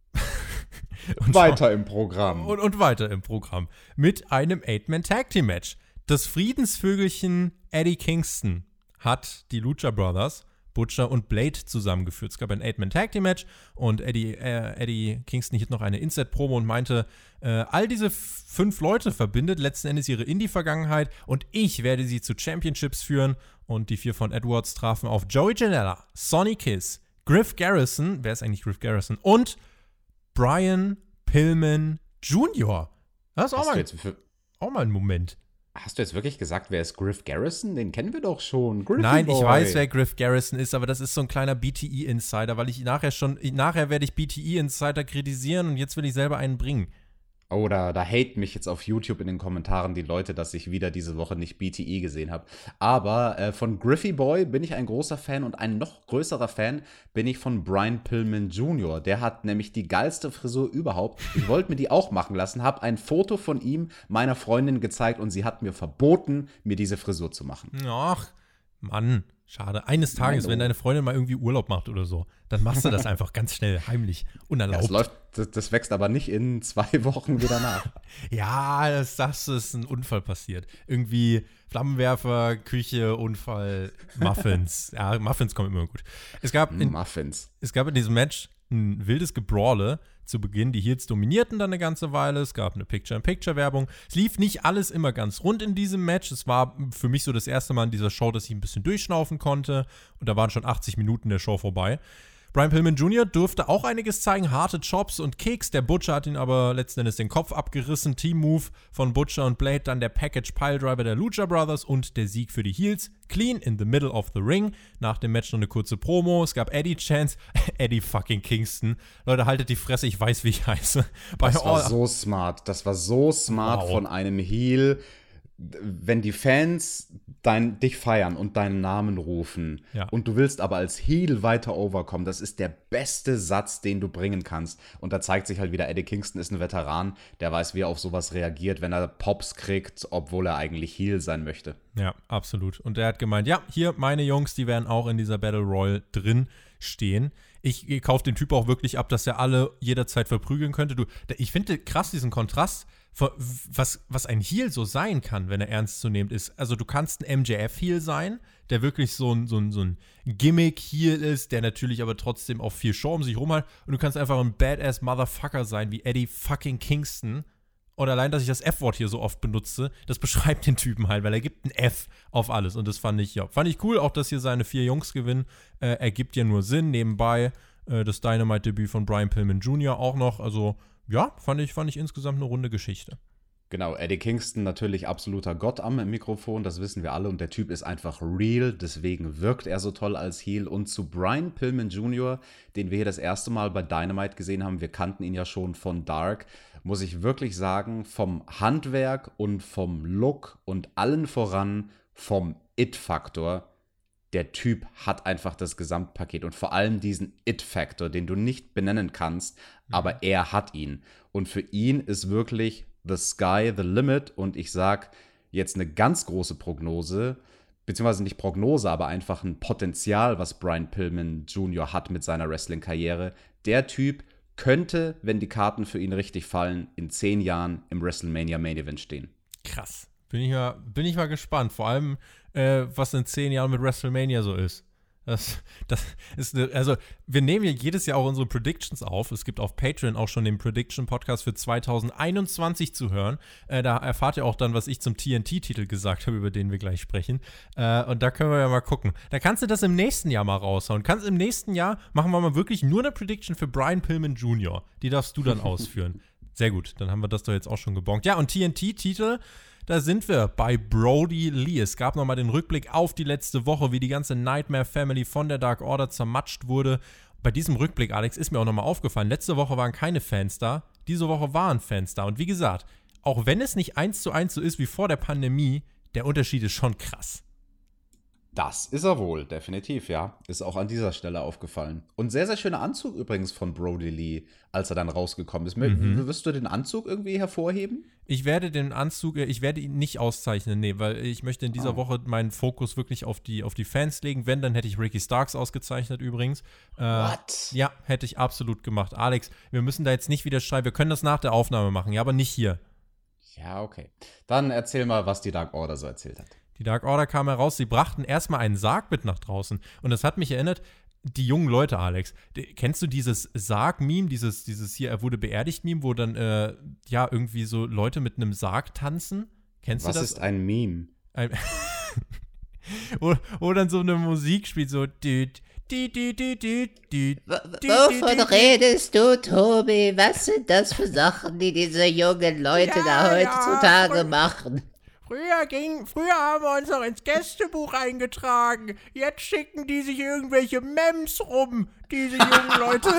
Und weiter im Programm. Und weiter im Programm. Mit einem 8-Man-Tag-Team-Match. Das Friedensvögelchen Eddie Kingston hat die Lucha Brothers, Butcher und Blade zusammengeführt. Es gab ein 8-Man-Tag-Team-Match und Eddie Kingston hielt noch eine Inset-Promo und meinte, all diese 5 Leute verbindet letzten Endes ihre Indie-Vergangenheit und ich werde sie zu Championships führen. Und die 4 von Edwards trafen auf Joey Janela, Sonny Kiss, Griff Garrison, wer ist eigentlich Griff Garrison, und Brian Pillman Jr. Das ist auch mal ein Moment. Hast du jetzt wirklich gesagt, wer ist Griff Garrison? Den kennen wir doch schon. Griffy Nein, Boy. Ich weiß, wer Griff Garrison ist, aber das ist so ein kleiner BTE-Insider, weil ich nachher werde ich BTE-Insider kritisieren und jetzt will ich selber einen bringen. Oh, da haten mich jetzt auf YouTube in den Kommentaren die Leute, dass ich wieder diese Woche nicht BTE gesehen habe. Aber von Griffy Boy bin ich ein großer Fan und ein noch größerer Fan bin ich von Brian Pillman Jr. Der hat nämlich die geilste Frisur überhaupt. Ich wollte mir die auch machen lassen, habe ein Foto von ihm meiner Freundin gezeigt und sie hat mir verboten, mir diese Frisur zu machen. Ach, Mann. Schade. Eines Tages, wenn deine Freundin mal irgendwie Urlaub macht oder so, dann machst du das einfach ganz schnell, heimlich, unerlaubt. Ja, das wächst aber nicht in 2 Wochen wieder nach. Ja, das ist ein Unfall passiert. Irgendwie Flammenwerfer, Küche, Unfall, Muffins. Ja, Muffins kommen immer gut. Es gab in diesem Match ein wildes Gebrawle zu Beginn. Die Heels dominierten dann eine ganze Weile. Es gab eine Picture-in-Picture-Werbung. Es lief nicht alles immer ganz rund in diesem Match. Es war für mich so das erste Mal in dieser Show, dass ich ein bisschen durchschnaufen konnte. Und da waren schon 80 Minuten der Show vorbei. Brian Pillman Jr. durfte auch einiges zeigen, harte Chops und Kicks. Der Butcher hat ihn aber letzten Endes den Kopf abgerissen. Team-Move von Butcher und Blade, dann der Package-Piledriver der Lucha Brothers und der Sieg für die Heels. Clean in the middle of the ring. Nach dem Match noch eine kurze Promo. Es gab Eddie Chance. Eddie fucking Kingston. Leute, haltet die Fresse, ich weiß, wie ich heiße. Das war so smart. Das war so smart von einem Heel. Wenn die Fans dich feiern und deinen Namen rufen und du willst aber als Heel weiter overkommen, das ist der beste Satz, den du bringen kannst. Und da zeigt sich halt wieder, Eddie Kingston ist ein Veteran, der weiß, wie er auf sowas reagiert, wenn er Pops kriegt, obwohl er eigentlich Heel sein möchte. Ja, absolut. Und er hat gemeint, ja, hier, meine Jungs, die werden auch in dieser Battle Royal drin stehen. Ich kaufe den Typ auch wirklich ab, dass er alle jederzeit verprügeln könnte. Ich finde krass diesen Kontrast, was ein Heel so sein kann, wenn er ernstzunehmend ist. Also du kannst ein MJF-Heel sein, der wirklich so ein Gimmick-Heel ist, der natürlich aber trotzdem auch viel Show um sich rum hat. Und du kannst einfach ein Badass-Motherfucker sein wie Eddie fucking Kingston. Und allein, dass ich das F-Wort hier so oft benutze, das beschreibt den Typen halt, weil er gibt ein F auf alles. Und das fand ich cool, auch dass hier seine 4 Jungs gewinnen. Ergibt ja nur Sinn. Nebenbei das Dynamite-Debüt von Brian Pillman Jr. auch noch. Also ja, fand ich insgesamt eine runde Geschichte. Genau, Eddie Kingston natürlich absoluter Gott am Mikrofon, das wissen wir alle. Und der Typ ist einfach real, deswegen wirkt er so toll als Heel. Und zu Brian Pillman Jr., den wir hier das erste Mal bei Dynamite gesehen haben, wir kannten ihn ja schon von Dark, muss ich wirklich sagen, vom Handwerk und vom Look und allen voran vom It-Faktor, der Typ hat einfach das Gesamtpaket und vor allem diesen It-Faktor, den du nicht benennen kannst, aber er hat ihn. Und für ihn ist wirklich the sky the limit. Und ich sag jetzt eine ganz große Prognose, beziehungsweise nicht Prognose, aber einfach ein Potenzial, was Brian Pillman Jr. hat mit seiner Wrestling-Karriere. Der Typ könnte, wenn die Karten für ihn richtig fallen, in 10 Jahren im WrestleMania Main Event stehen. Krass. Bin ich mal gespannt. Vor allem, was in 10 Jahren mit WrestleMania so ist. Das ist also wir nehmen ja jedes Jahr auch unsere Predictions auf. Es gibt auf Patreon auch schon den Prediction-Podcast für 2021 zu hören. Da erfahrt ihr auch dann, was ich zum TNT-Titel gesagt habe, über den wir gleich sprechen. Und da können wir ja mal gucken. Da kannst du das im nächsten Jahr mal raushauen. Im nächsten Jahr machen wir mal wirklich nur eine Prediction für Brian Pillman Jr. Die darfst du dann ausführen. Sehr gut, dann haben wir das doch jetzt auch schon gebongt. Ja, und TNT-Titel, da sind wir bei Brody Lee. Es gab nochmal den Rückblick auf die letzte Woche, wie die ganze Nightmare Family von der Dark Order zermatscht wurde. Bei diesem Rückblick, Alex, ist mir auch nochmal aufgefallen, letzte Woche waren keine Fans da, diese Woche waren Fans da. Und wie gesagt, auch wenn es nicht 1:1 so ist wie vor der Pandemie, der Unterschied ist schon krass. Das ist er wohl, definitiv, ja. Ist auch an dieser Stelle aufgefallen. Und sehr, sehr schöner Anzug übrigens von Brody Lee, als er dann rausgekommen ist. Wirst du den Anzug irgendwie hervorheben? Ich werde ihn nicht auszeichnen, nee, weil ich möchte in dieser Woche meinen Fokus wirklich auf die Fans legen. Wenn, dann hätte ich Ricky Starks ausgezeichnet übrigens. What? Ja, hätte ich absolut gemacht. Alex, wir müssen da jetzt nicht wieder schreiben. Wir können das nach der Aufnahme machen, ja, aber nicht hier. Ja, okay. Dann erzähl mal, was die Dark Order so erzählt hat. Die Dark Order kam heraus, sie brachten erstmal einen Sarg mit nach draußen. Und das hat mich erinnert, die jungen Leute, Alex. Kennst du dieses Sarg-Meme, dieses hier, er wurde beerdigt-Meme, wo dann, irgendwie so Leute mit einem Sarg tanzen? Kennst du das? Was ist ein Meme? Wo dann so eine Musik spielt, so Wovon redest du, Tobi? Was sind das für Sachen, die diese jungen Leute da heutzutage machen? Früher haben wir uns noch ins Gästebuch eingetragen. Jetzt schicken die sich irgendwelche Mems rum, diese jungen Leute.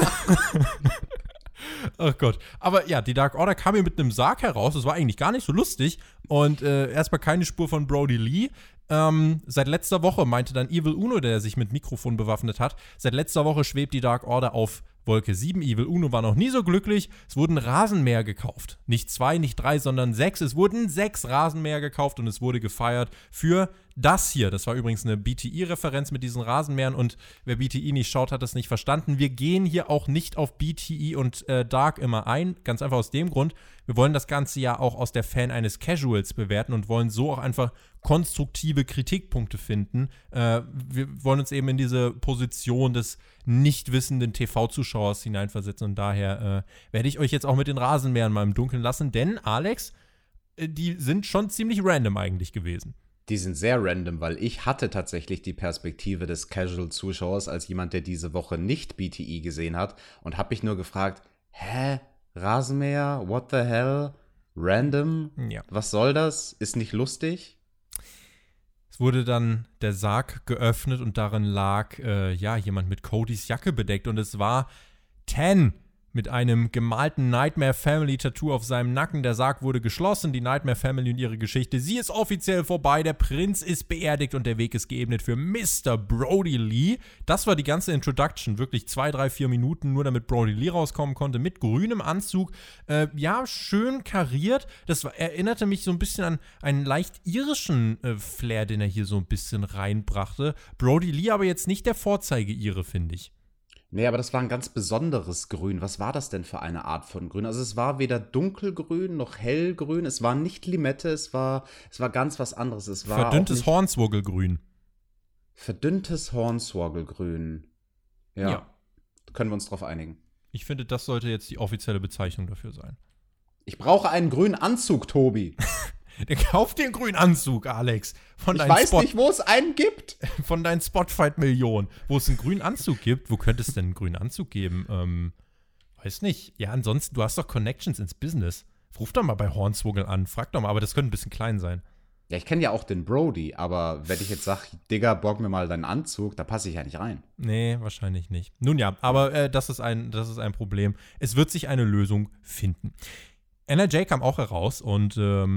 Ach Gott. Aber ja, die Dark Order kam hier mit einem Sarg heraus. Das war eigentlich gar nicht so lustig. Und erstmal keine Spur von Brody Lee. Seit letzter Woche meinte dann Evil Uno, der sich mit Mikrofon bewaffnet hat, seit letzter Woche schwebt die Dark Order auf Wolke 7. Evil Uno war noch nie so glücklich. Es wurden Rasenmäher gekauft. Nicht 2, nicht 3, sondern 6. Es wurden 6 Rasenmäher gekauft und es wurde gefeiert für das hier. Das war übrigens eine BTI-Referenz mit diesen Rasenmähern und wer BTI nicht schaut, hat es nicht verstanden. Wir gehen hier auch nicht auf BTI und Dark immer ein. Ganz einfach aus dem Grund, wir wollen das Ganze ja auch aus der Fan eines Casuals bewerten und wollen so auch einfach konstruktive Kritikpunkte finden. Wir wollen uns eben in diese Position des nicht wissenden TV-Zuschauers hineinversetzen und daher werde ich euch jetzt auch mit den Rasenmähern mal im Dunkeln lassen, denn Alex, die sind schon ziemlich random eigentlich gewesen. Die sind sehr random, weil ich hatte tatsächlich die Perspektive des Casual-Zuschauers als jemand, der diese Woche nicht BTI gesehen hat und habe mich nur gefragt, Rasenmäher? What the hell? Random? Ja. Was soll das? Ist nicht lustig? Es wurde dann der Sarg geöffnet und darin lag jemand mit Codys Jacke bedeckt und es war Ten mit einem gemalten Nightmare Family Tattoo auf seinem Nacken. Der Sarg wurde geschlossen, die Nightmare Family und ihre Geschichte. Sie ist offiziell vorbei, der Prinz ist beerdigt und der Weg ist geebnet für Mr. Brody Lee. Das war die ganze Introduction, wirklich 2, 3, 4 Minuten, nur damit Brody Lee rauskommen konnte, mit grünem Anzug. Schön kariert. Das erinnerte mich so ein bisschen an einen leicht irischen Flair, den er hier so ein bisschen reinbrachte. Brody Lee aber jetzt nicht der Vorzeige-Ire, finde ich. Nee, aber das war ein ganz besonderes Grün. Was war das denn für eine Art von Grün? Also es war weder dunkelgrün noch hellgrün. Es war nicht Limette, es war ganz was anderes. Es war verdünntes Hornswoggle-Grün. Verdünntes Hornswoggle-Grün. Ja. Können wir uns drauf einigen. Ich finde, das sollte jetzt die offizielle Bezeichnung dafür sein. Ich brauche einen grünen Anzug, Tobi. Der kauft dir einen grünen Anzug, Alex. Ich weiß nicht, wo es einen gibt. Von deinen Spotfight-Millionen. Wo es einen grünen Anzug gibt, wo könnte es denn einen grünen Anzug geben? Weiß nicht. Ja, ansonsten, du hast doch Connections ins Business. Ruf doch mal bei Hornswoggle an. Frag doch mal, aber das könnte ein bisschen klein sein. Ja, ich kenne ja auch den Brody, aber wenn ich jetzt sage, Digga, borg mir mal deinen Anzug, da passe ich ja nicht rein. Nee, wahrscheinlich nicht. Nun ja, aber das ist ein Problem. Es wird sich eine Lösung finden. NRJ kam auch heraus und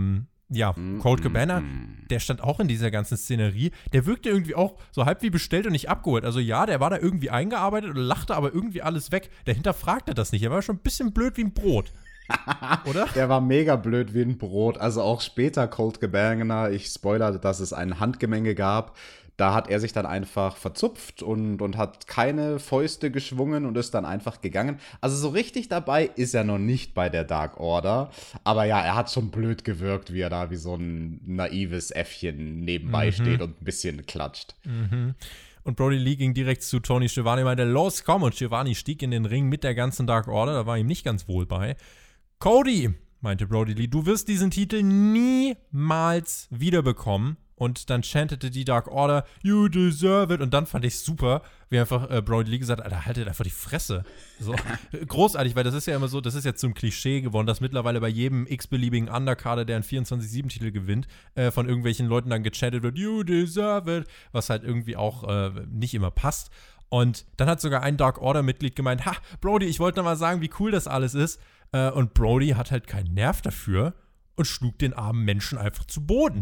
Colt Cabana, der stand auch in dieser ganzen Szenerie. Der wirkte irgendwie auch so halb wie bestellt und nicht abgeholt. Also ja, der war da irgendwie eingearbeitet und lachte aber irgendwie alles weg. Der hinterfragte das nicht. Er war schon ein bisschen blöd wie ein Brot. Oder? Der war mega blöd wie ein Brot. Also auch später Colt Cabana, ich spoilerte, dass es ein Handgemenge gab. Da hat er sich dann einfach verzupft und hat keine Fäuste geschwungen und ist dann einfach gegangen. Also so richtig dabei ist er noch nicht bei der Dark Order. Aber ja, er hat schon blöd gewirkt, wie er da wie so ein naives Äffchen nebenbei steht und ein bisschen klatscht. Und Brody Lee ging direkt zu Tony Schiavone und meinte, los, komm. Und Schiavone stieg in den Ring mit der ganzen Dark Order. Da war ihm nicht ganz wohl bei. Cody, meinte Brody Lee, du wirst diesen Titel niemals wiederbekommen. Und dann chantete die Dark Order, you deserve it. Und dann fand ich super, wie einfach Brody Lee gesagt hat, Alter, haltet einfach die Fresse. So, großartig, weil das ist ja immer so, das ist jetzt zum Klischee geworden, dass mittlerweile bei jedem x-beliebigen Undercarder, der einen 24/7-Titel gewinnt, von irgendwelchen Leuten dann gechantet wird, you deserve it, was halt irgendwie auch nicht immer passt. Und dann hat sogar ein Dark Order-Mitglied gemeint, Brody, ich wollte noch mal sagen, wie cool das alles ist. Und Brody hat halt keinen Nerv dafür und schlug den armen Menschen einfach zu Boden.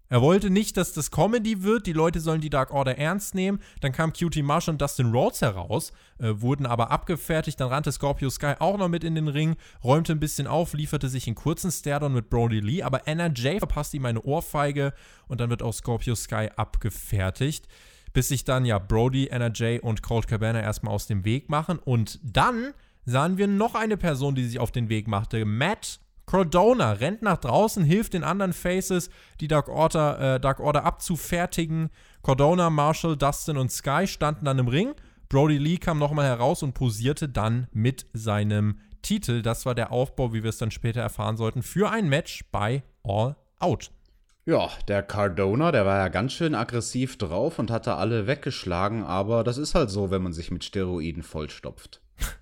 Er wollte nicht, dass das Comedy wird, die Leute sollen die Dark Order ernst nehmen. Dann kam QT Marshall und Dustin Rhodes heraus, wurden aber abgefertigt. Dann rannte Scorpio Sky auch noch mit in den Ring, räumte ein bisschen auf, lieferte sich einen kurzen Staredown mit Brody Lee, aber NRJ verpasst ihm eine Ohrfeige und dann wird auch Scorpio Sky abgefertigt, bis sich dann ja Brody, NRJ und Colt Cabana erstmal aus dem Weg machen. Und dann sahen wir noch eine Person, die sich auf den Weg machte. Matt Cardona rennt nach draußen, hilft den anderen Faces, die Dark Order abzufertigen. Cardona, Marshall, Dustin und Sky standen dann im Ring. Brody Lee kam nochmal heraus und posierte dann mit seinem Titel. Das war der Aufbau, wie wir es dann später erfahren sollten, für ein Match bei All Out. Ja, der Cardona, der war ja ganz schön aggressiv drauf und hatte alle weggeschlagen, aber das ist halt so, wenn man sich mit Steroiden vollstopft.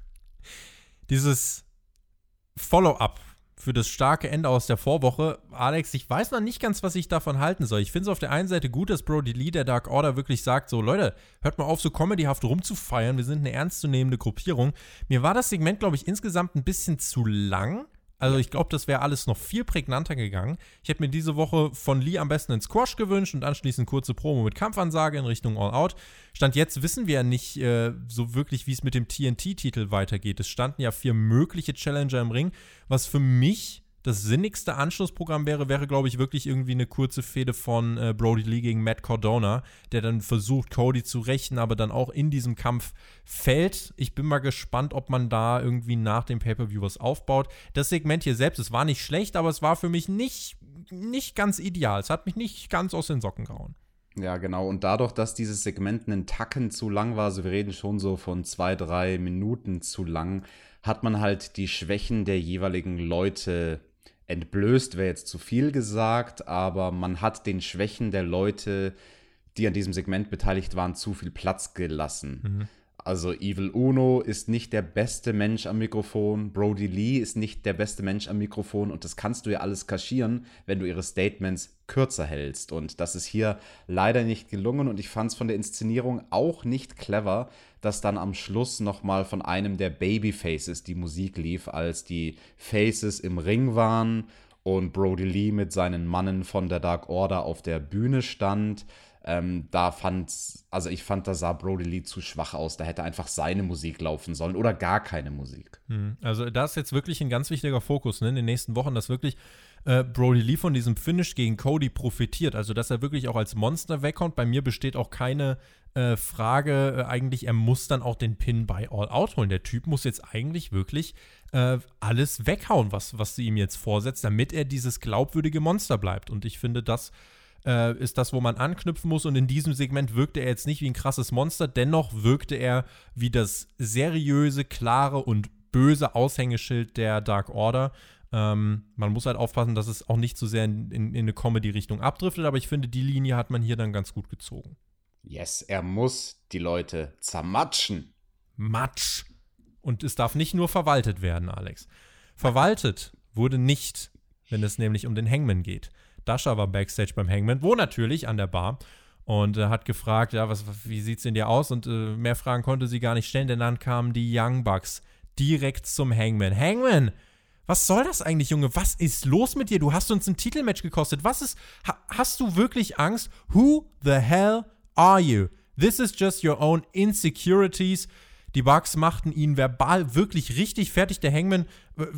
Dieses Follow-up für das starke Ende aus der Vorwoche. Alex, ich weiß noch nicht ganz, was ich davon halten soll. Ich finde es auf der einen Seite gut, dass Brody Lee der Dark Order wirklich sagt, so Leute, hört mal auf, so comedyhaft rumzufeiern. Wir sind eine ernstzunehmende Gruppierung. Mir war das Segment, glaube ich, insgesamt ein bisschen zu lang. Also ich glaube, das wäre alles noch viel prägnanter gegangen. Ich hätte mir diese Woche von Lee am besten einen Squash gewünscht und anschließend kurze Promo mit Kampfansage in Richtung All Out. Stand jetzt wissen wir ja nicht so wirklich, wie es mit dem TNT-Titel weitergeht. Es standen ja 4 mögliche Challenger im Ring, was für mich das sinnigste Anschlussprogramm wäre, glaube ich, wirklich irgendwie eine kurze Fehde von Brody Lee gegen Matt Cardona, der dann versucht, Cody zu rächen, aber dann auch in diesem Kampf fällt. Ich bin mal gespannt, ob man da irgendwie nach dem Pay-Per-View was aufbaut. Das Segment hier selbst, es war nicht schlecht, aber es war für mich nicht ganz ideal. Es hat mich nicht ganz aus den Socken gehauen. Ja, genau. Und dadurch, dass dieses Segment einen Tacken zu lang war, also wir reden schon so von 2-3 Minuten zu lang, hat man halt die Schwächen der jeweiligen Leute entblößt, wäre jetzt zu viel gesagt, aber man hat den Schwächen der Leute, die an diesem Segment beteiligt waren, zu viel Platz gelassen. Mhm. Also Evil Uno ist nicht der beste Mensch am Mikrofon, Brody Lee ist nicht der beste Mensch am Mikrofon und das kannst du ja alles kaschieren, wenn du ihre Statements kürzer hältst. Und das ist hier leider nicht gelungen und ich fand es von der Inszenierung auch nicht clever, dass dann am Schluss nochmal von einem der Babyfaces die Musik lief, als die Faces im Ring waren und Brody Lee mit seinen Mannen von der Dark Order auf der Bühne stand. Ich fand, da sah Brody Lee zu schwach aus. Da hätte einfach seine Musik laufen sollen oder gar keine Musik. Also da ist jetzt wirklich ein ganz wichtiger Fokus, ne, in den nächsten Wochen, dass wirklich Brody Lee von diesem Finish gegen Cody profitiert. Also dass er wirklich auch als Monster wegkommt. Bei mir besteht auch keine Frage, eigentlich, er muss dann auch den Pin bei All Out holen. Der Typ muss jetzt eigentlich wirklich alles weghauen, was sie ihm jetzt vorsetzt, damit er dieses glaubwürdige Monster bleibt. Und ich finde, das ist das, wo man anknüpfen muss. Und in diesem Segment wirkte er jetzt nicht wie ein krasses Monster. Dennoch wirkte er wie das seriöse, klare und böse Aushängeschild der Dark Order. Man muss halt aufpassen, dass es auch nicht so sehr in eine Comedy-Richtung abdriftet. Aber ich finde, die Linie hat man hier dann ganz gut gezogen. Yes, er muss die Leute zermatschen. Matsch. Und es darf nicht nur verwaltet werden, Alex. Verwaltet wurde nicht, wenn es nämlich um den Hangman geht. Dasha war Backstage beim Hangman, wo natürlich an der Bar, und hat gefragt, ja, wie sieht's denn dir aus? Und mehr Fragen konnte sie gar nicht stellen, denn dann kamen die Young Bucks direkt zum Hangman. Hangman, was soll das eigentlich, Junge? Was ist los mit dir? Du hast uns ein Titelmatch gekostet. Hast du wirklich Angst? Who the hell are you? This is just your own insecurities. Die Bucks machten ihn verbal wirklich richtig fertig. Der Hangman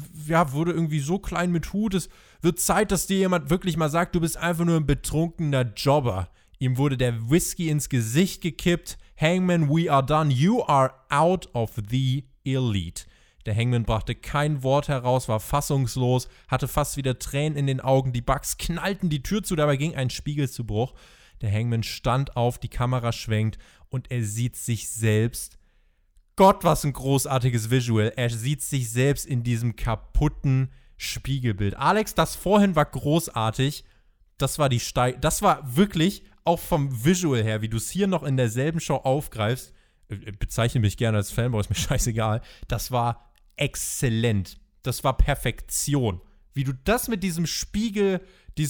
wurde irgendwie so klein mit Hut. Es wird Zeit, dass dir jemand wirklich mal sagt, du bist einfach nur ein betrunkener Jobber. Ihm wurde der Whisky ins Gesicht gekippt. Hangman, we are done. You are out of the elite. Der Hangman brachte kein Wort heraus, war fassungslos, hatte fast wieder Tränen in den Augen. Die Bucks knallten die Tür zu, dabei ging ein Spiegel zu Bruch. Der Hangman stand auf, die Kamera schwenkt und er sieht sich selbst. Gott, was ein großartiges Visual. Er sieht sich selbst in diesem kaputten Spiegelbild. Alex, das vorhin war großartig. Das war wirklich, auch vom Visual her, wie du es hier noch in derselben Show aufgreifst, bezeichne mich gerne als Fanboy, ist mir scheißegal. Das war exzellent. Das war Perfektion. Wie du das mit diesem Spiegel,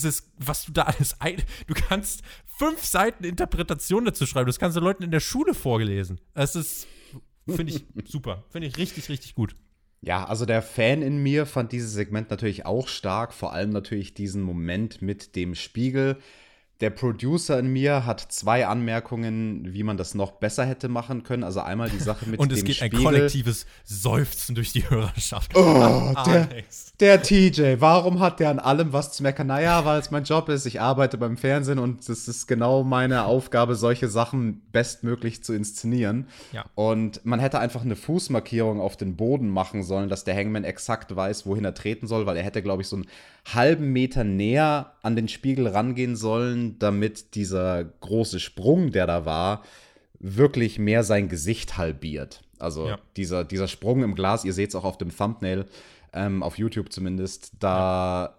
was du da alles du kannst 5 Seiten Interpretation dazu schreiben. Das kannst du Leuten in der Schule vorgelesen. Das ist, finde ich super. Finde ich richtig, richtig gut. Ja, also der Fan in mir fand dieses Segment natürlich auch stark. Vor allem natürlich diesen Moment mit dem Spiegel. Der Producer in mir hat 2 Anmerkungen, wie man das noch besser hätte machen können. Also einmal die Sache mit dem Spiegel. Und es geht ein kollektives Seufzen durch die Hörerschaft. Oh, der TJ, warum hat der an allem was zu meckern? Naja, weil es mein Job ist, ich arbeite beim Fernsehen und es ist genau meine Aufgabe, solche Sachen bestmöglich zu inszenieren. Ja. Und man hätte einfach eine Fußmarkierung auf den Boden machen sollen, dass der Hangman exakt weiß, wohin er treten soll, weil er hätte, glaube ich, so einen halben Meter näher an den Spiegel rangehen sollen, damit dieser große Sprung, der da war, wirklich mehr sein Gesicht halbiert. Also dieser Sprung im Glas, ihr seht es auch auf dem Thumbnail, auf YouTube zumindest, da,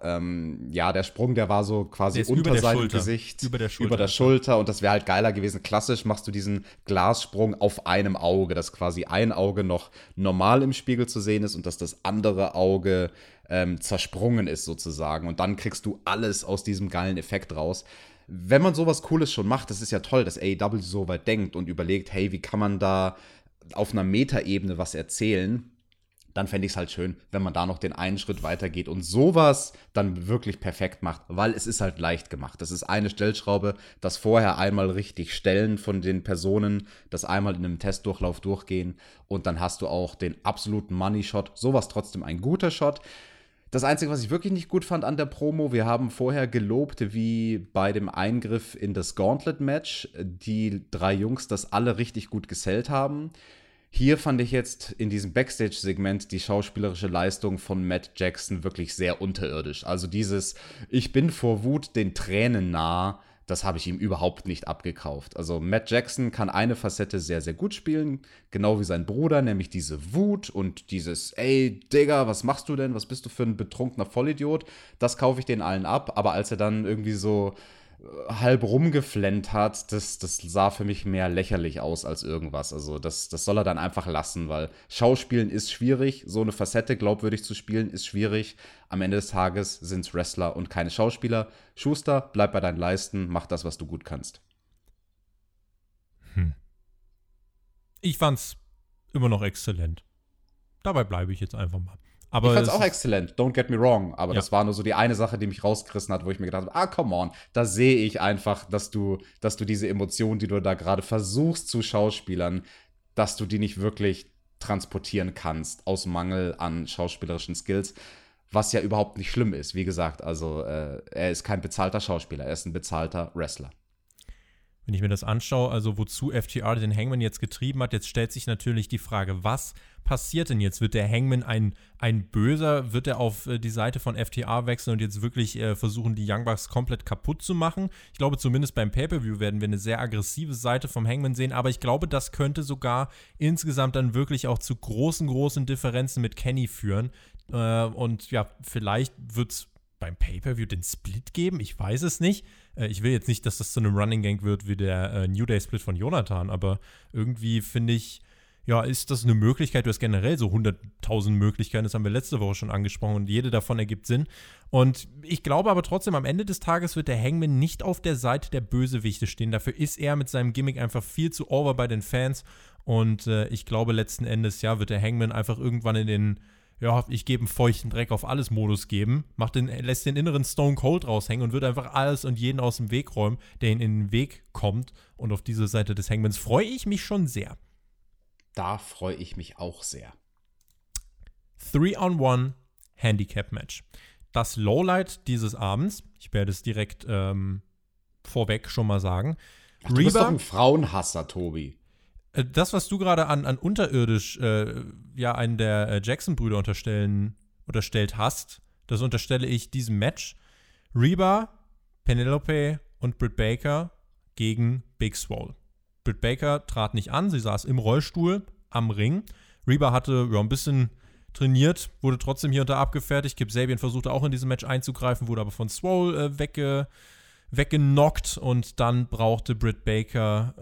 der Sprung, der war so quasi unter seinem Gesicht, über der Schulter und das wäre halt geiler gewesen. Klassisch machst du diesen Glassprung auf einem Auge, dass quasi ein Auge noch normal im Spiegel zu sehen ist und dass das andere Auge zersprungen ist sozusagen und dann kriegst du alles aus diesem geilen Effekt raus. Wenn man sowas Cooles schon macht, das ist ja toll, dass AEW so weit denkt und überlegt, hey, wie kann man da auf einer Metaebene was erzählen, dann fände ich es halt schön, wenn man da noch den einen Schritt weiter geht und sowas dann wirklich perfekt macht, weil es ist halt leicht gemacht. Das ist eine Stellschraube, das vorher einmal richtig stellen von den Personen, das einmal in einem Testdurchlauf durchgehen und dann hast du auch den absoluten Money-Shot. Sowas trotzdem ein guter Shot. Das Einzige, was ich wirklich nicht gut fand an der Promo, wir haben vorher gelobt, wie bei dem Eingriff in das Gauntlet-Match die 3 Jungs das alle richtig gut gesellt haben. Hier fand ich jetzt in diesem Backstage-Segment die schauspielerische Leistung von Matt Jackson wirklich sehr unterirdisch. Also dieses Ich bin vor Wut den Tränen nah, das habe ich ihm überhaupt nicht abgekauft. Also Matt Jackson kann eine Facette sehr, sehr gut spielen, genau wie sein Bruder, nämlich diese Wut und dieses Ey, Digga, was machst du denn? Was bist du für ein betrunkener Vollidiot? Das kaufe ich denen allen ab, aber als er dann irgendwie so halb rumgeflennt hat, das sah für mich mehr lächerlich aus als irgendwas. Also das soll er dann einfach lassen, weil Schauspielen ist schwierig, so eine Facette glaubwürdig zu spielen ist schwierig. Am Ende des Tages sind es Wrestler und keine Schauspieler. Schuster, bleib bei deinen Leisten, mach das, was du gut kannst. Ich fand's immer noch exzellent. Dabei bleibe ich jetzt einfach mal. Aber ich fand's auch exzellent, don't get me wrong. Aber das war nur so die eine Sache, die mich rausgerissen hat, wo ich mir gedacht habe, come on, da sehe ich einfach, dass du diese Emotionen, die du da gerade versuchst zu schauspielern, dass du die nicht wirklich transportieren kannst, aus Mangel an schauspielerischen Skills, was ja überhaupt nicht schlimm ist. Wie gesagt, also er ist kein bezahlter Schauspieler, er ist ein bezahlter Wrestler. Wenn ich mir das anschaue, also wozu FTR den Hangman jetzt getrieben hat, jetzt stellt sich natürlich die Frage, was passiert denn jetzt? Wird der Hangman ein Böser? Wird er auf die Seite von FTR wechseln und jetzt wirklich versuchen, die Young Bucks komplett kaputt zu machen? Ich glaube, zumindest beim Pay-Per-View werden wir eine sehr aggressive Seite vom Hangman sehen, aber ich glaube, das könnte sogar insgesamt dann wirklich auch zu großen Differenzen mit Kenny führen. Und ja, vielleicht wird es beim Pay-Per-View den Split geben? Ich weiß es nicht. Ich will jetzt nicht, dass das zu einem Running Gang wird wie der New Day Split von Jonathan, aber irgendwie finde ich, ja, ist das eine Möglichkeit? Du hast generell so 100.000 Möglichkeiten, das haben wir letzte Woche schon angesprochen und jede davon ergibt Sinn. Und ich glaube aber trotzdem, am Ende des Tages wird der Hangman nicht auf der Seite der Bösewichte stehen. Dafür ist er mit seinem Gimmick einfach viel zu over bei den Fans und ich glaube letzten Endes, ja, wird der Hangman einfach irgendwann in den ich gebe einen feuchten Dreck auf alles Modus geben, lässt den inneren Stone Cold raushängen und wird einfach alles und jeden aus dem Weg räumen, der ihn in den Weg kommt. Und auf diese Seite des Hangmans freue ich mich schon sehr. Da freue ich mich auch sehr. 3-on-1 Handicap-Match. Das Lowlight dieses Abends, ich werde es direkt vorweg schon mal sagen. Ach, du bist doch ein Frauenhasser, Tobi. Das, was du gerade an unterirdisch einen der Jackson-Brüder unterstellt hast, das unterstelle ich diesem Match. Reba, Penelope und Britt Baker gegen Big Swole. Britt Baker trat nicht an, sie saß im Rollstuhl am Ring. Reba hatte ein bisschen trainiert, wurde trotzdem hier und da abgefertigt. Kip Sabian versuchte auch in diesem Match einzugreifen, wurde aber von Swole weggenockt und dann brachte Britt Baker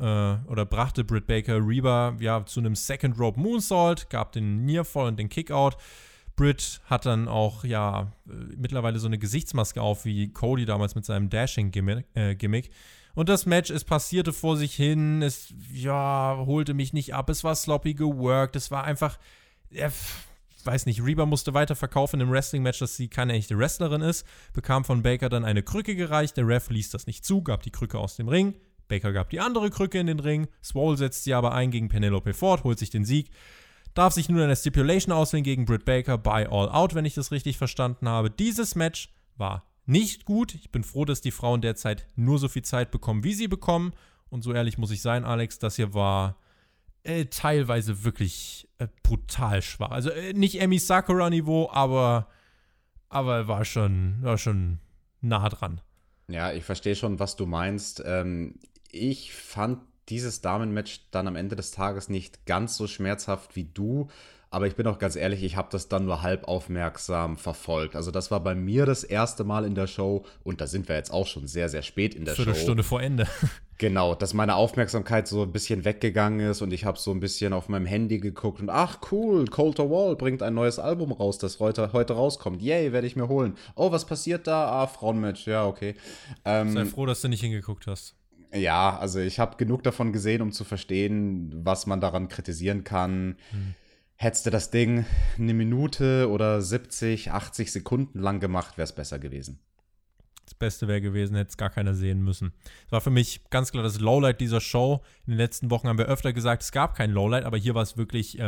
Reba zu einem Second Rope Moonsault, gab den Nearfall und den Kickout. Britt hat dann auch mittlerweile so eine Gesichtsmaske auf wie Cody damals mit seinem Dashing-Gimmick. Und das Match, es passierte vor sich hin, es holte mich nicht ab, es war sloppy geworkt, es war einfach, weiß nicht, Reba musste weiter verkaufen im Wrestling-Match, dass sie keine echte Wrestlerin ist, bekam von Baker dann eine Krücke gereicht, der Ref ließ das nicht zu, gab die Krücke aus dem Ring, Baker gab die andere Krücke in den Ring, Swole setzt sie aber ein gegen Penelope Ford, holt sich den Sieg, darf sich nun eine Stipulation auswählen gegen Britt Baker bei All Out, wenn ich das richtig verstanden habe. Dieses Match war nicht gut. Ich bin froh, dass die Frauen derzeit nur so viel Zeit bekommen, wie sie bekommen. Und so ehrlich muss ich sein, Alex, das hier war teilweise wirklich brutal schwach. Also nicht Emi Sakura-Niveau, aber war schon nah dran. Ja, ich verstehe schon, was du meinst. Ich fand dieses Damenmatch dann am Ende des Tages nicht ganz so schmerzhaft wie du. Aber ich bin auch ganz ehrlich, ich habe das dann nur halb aufmerksam verfolgt. Also das war bei mir das erste Mal in der Show und da sind wir jetzt auch schon sehr, sehr spät in der Show. Viertelstunde vor Ende. Genau, dass meine Aufmerksamkeit so ein bisschen weggegangen ist und ich habe so ein bisschen auf meinem Handy geguckt und ach cool, Colter Wall bringt ein neues Album raus, das heute rauskommt. Yay, werde ich mir holen. Oh, was passiert da? Ah, Frauenmatch, ja, okay. Sei froh, dass du nicht hingeguckt hast. Ja, also ich habe genug davon gesehen, um zu verstehen, was man daran kritisieren kann. Hättest du das Ding eine Minute oder 70, 80 Sekunden lang gemacht, wäre es besser gewesen. Das Beste wäre gewesen, hätte es gar keiner sehen müssen. Es war für mich ganz klar das Lowlight dieser Show. In den letzten Wochen haben wir öfter gesagt, es gab kein Lowlight, aber hier war es wirklich,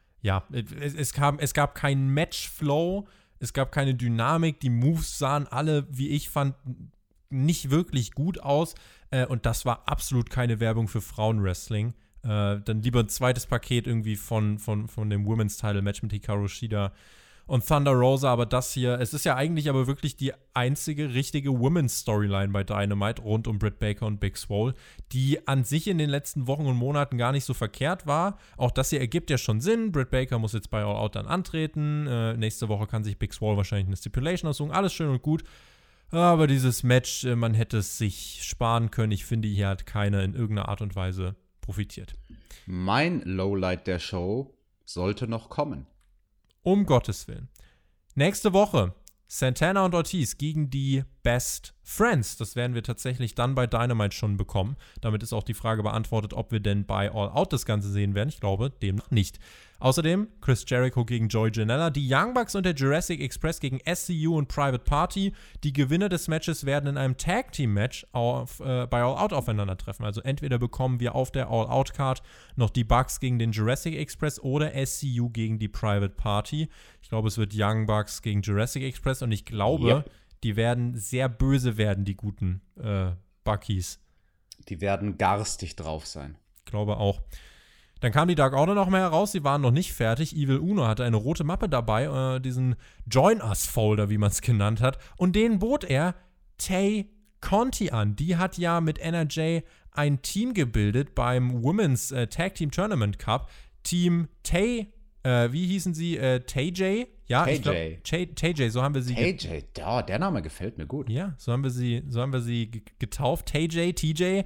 es gab keinen Matchflow, es gab keine Dynamik, die Moves sahen alle, wie ich fand, nicht wirklich gut aus und das war absolut keine Werbung für Frauenwrestling. Dann lieber ein zweites Paket irgendwie von dem Women's Title Match mit Hikaru Shida und Thunder Rosa, aber das hier, es ist ja eigentlich aber wirklich die einzige richtige Women's Storyline bei Dynamite rund um Britt Baker und Big Swole, die an sich in den letzten Wochen und Monaten gar nicht so verkehrt war. Auch das hier ergibt ja schon Sinn. Britt Baker muss jetzt bei All Out dann antreten. Nächste Woche kann sich Big Swole wahrscheinlich eine Stipulation aussuchen. Alles schön und gut. Aber dieses Match, man hätte es sich sparen können. Ich finde, hier hat keiner in irgendeiner Art und Weise profitiert. Mein Lowlight der Show sollte noch kommen. Um Gottes Willen. Nächste Woche Santana und Ortiz gegen die Best Friends. Das werden wir tatsächlich dann bei Dynamite schon bekommen. Damit ist auch die Frage beantwortet, ob wir denn bei All Out das Ganze sehen werden. Ich glaube, demnach nicht. Außerdem Chris Jericho gegen Joey Janela, die Young Bucks und der Jurassic Express gegen SCU und Private Party. Die Gewinner des Matches werden in einem Tag-Team-Match bei All Out aufeinandertreffen. Also entweder bekommen wir auf der All Out-Card noch die Bucks gegen den Jurassic Express oder SCU gegen die Private Party. Ich glaube, es wird Young Bucks gegen Jurassic Express und ich glaube, die werden sehr böse werden, die guten Buckies. Die werden garstig drauf sein. Ich glaube auch. Dann kam die Dark Order noch mehr heraus, sie waren noch nicht fertig. Evil Uno hatte eine rote Mappe dabei, diesen Join Us-Folder, wie man es genannt hat. Und den bot er Tay Conti an. Die hat ja mit NRJ ein Team gebildet beim Women's Tag Team Tournament Cup. Team Tay, wie hießen sie? TJ? Ja, TJ. TJ, so haben wir sie. TJ, der Name gefällt mir gut. Ja, so haben wir sie getauft. TJ.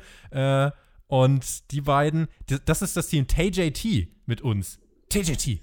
Und die beiden, das ist das Team TJT mit uns. TJT.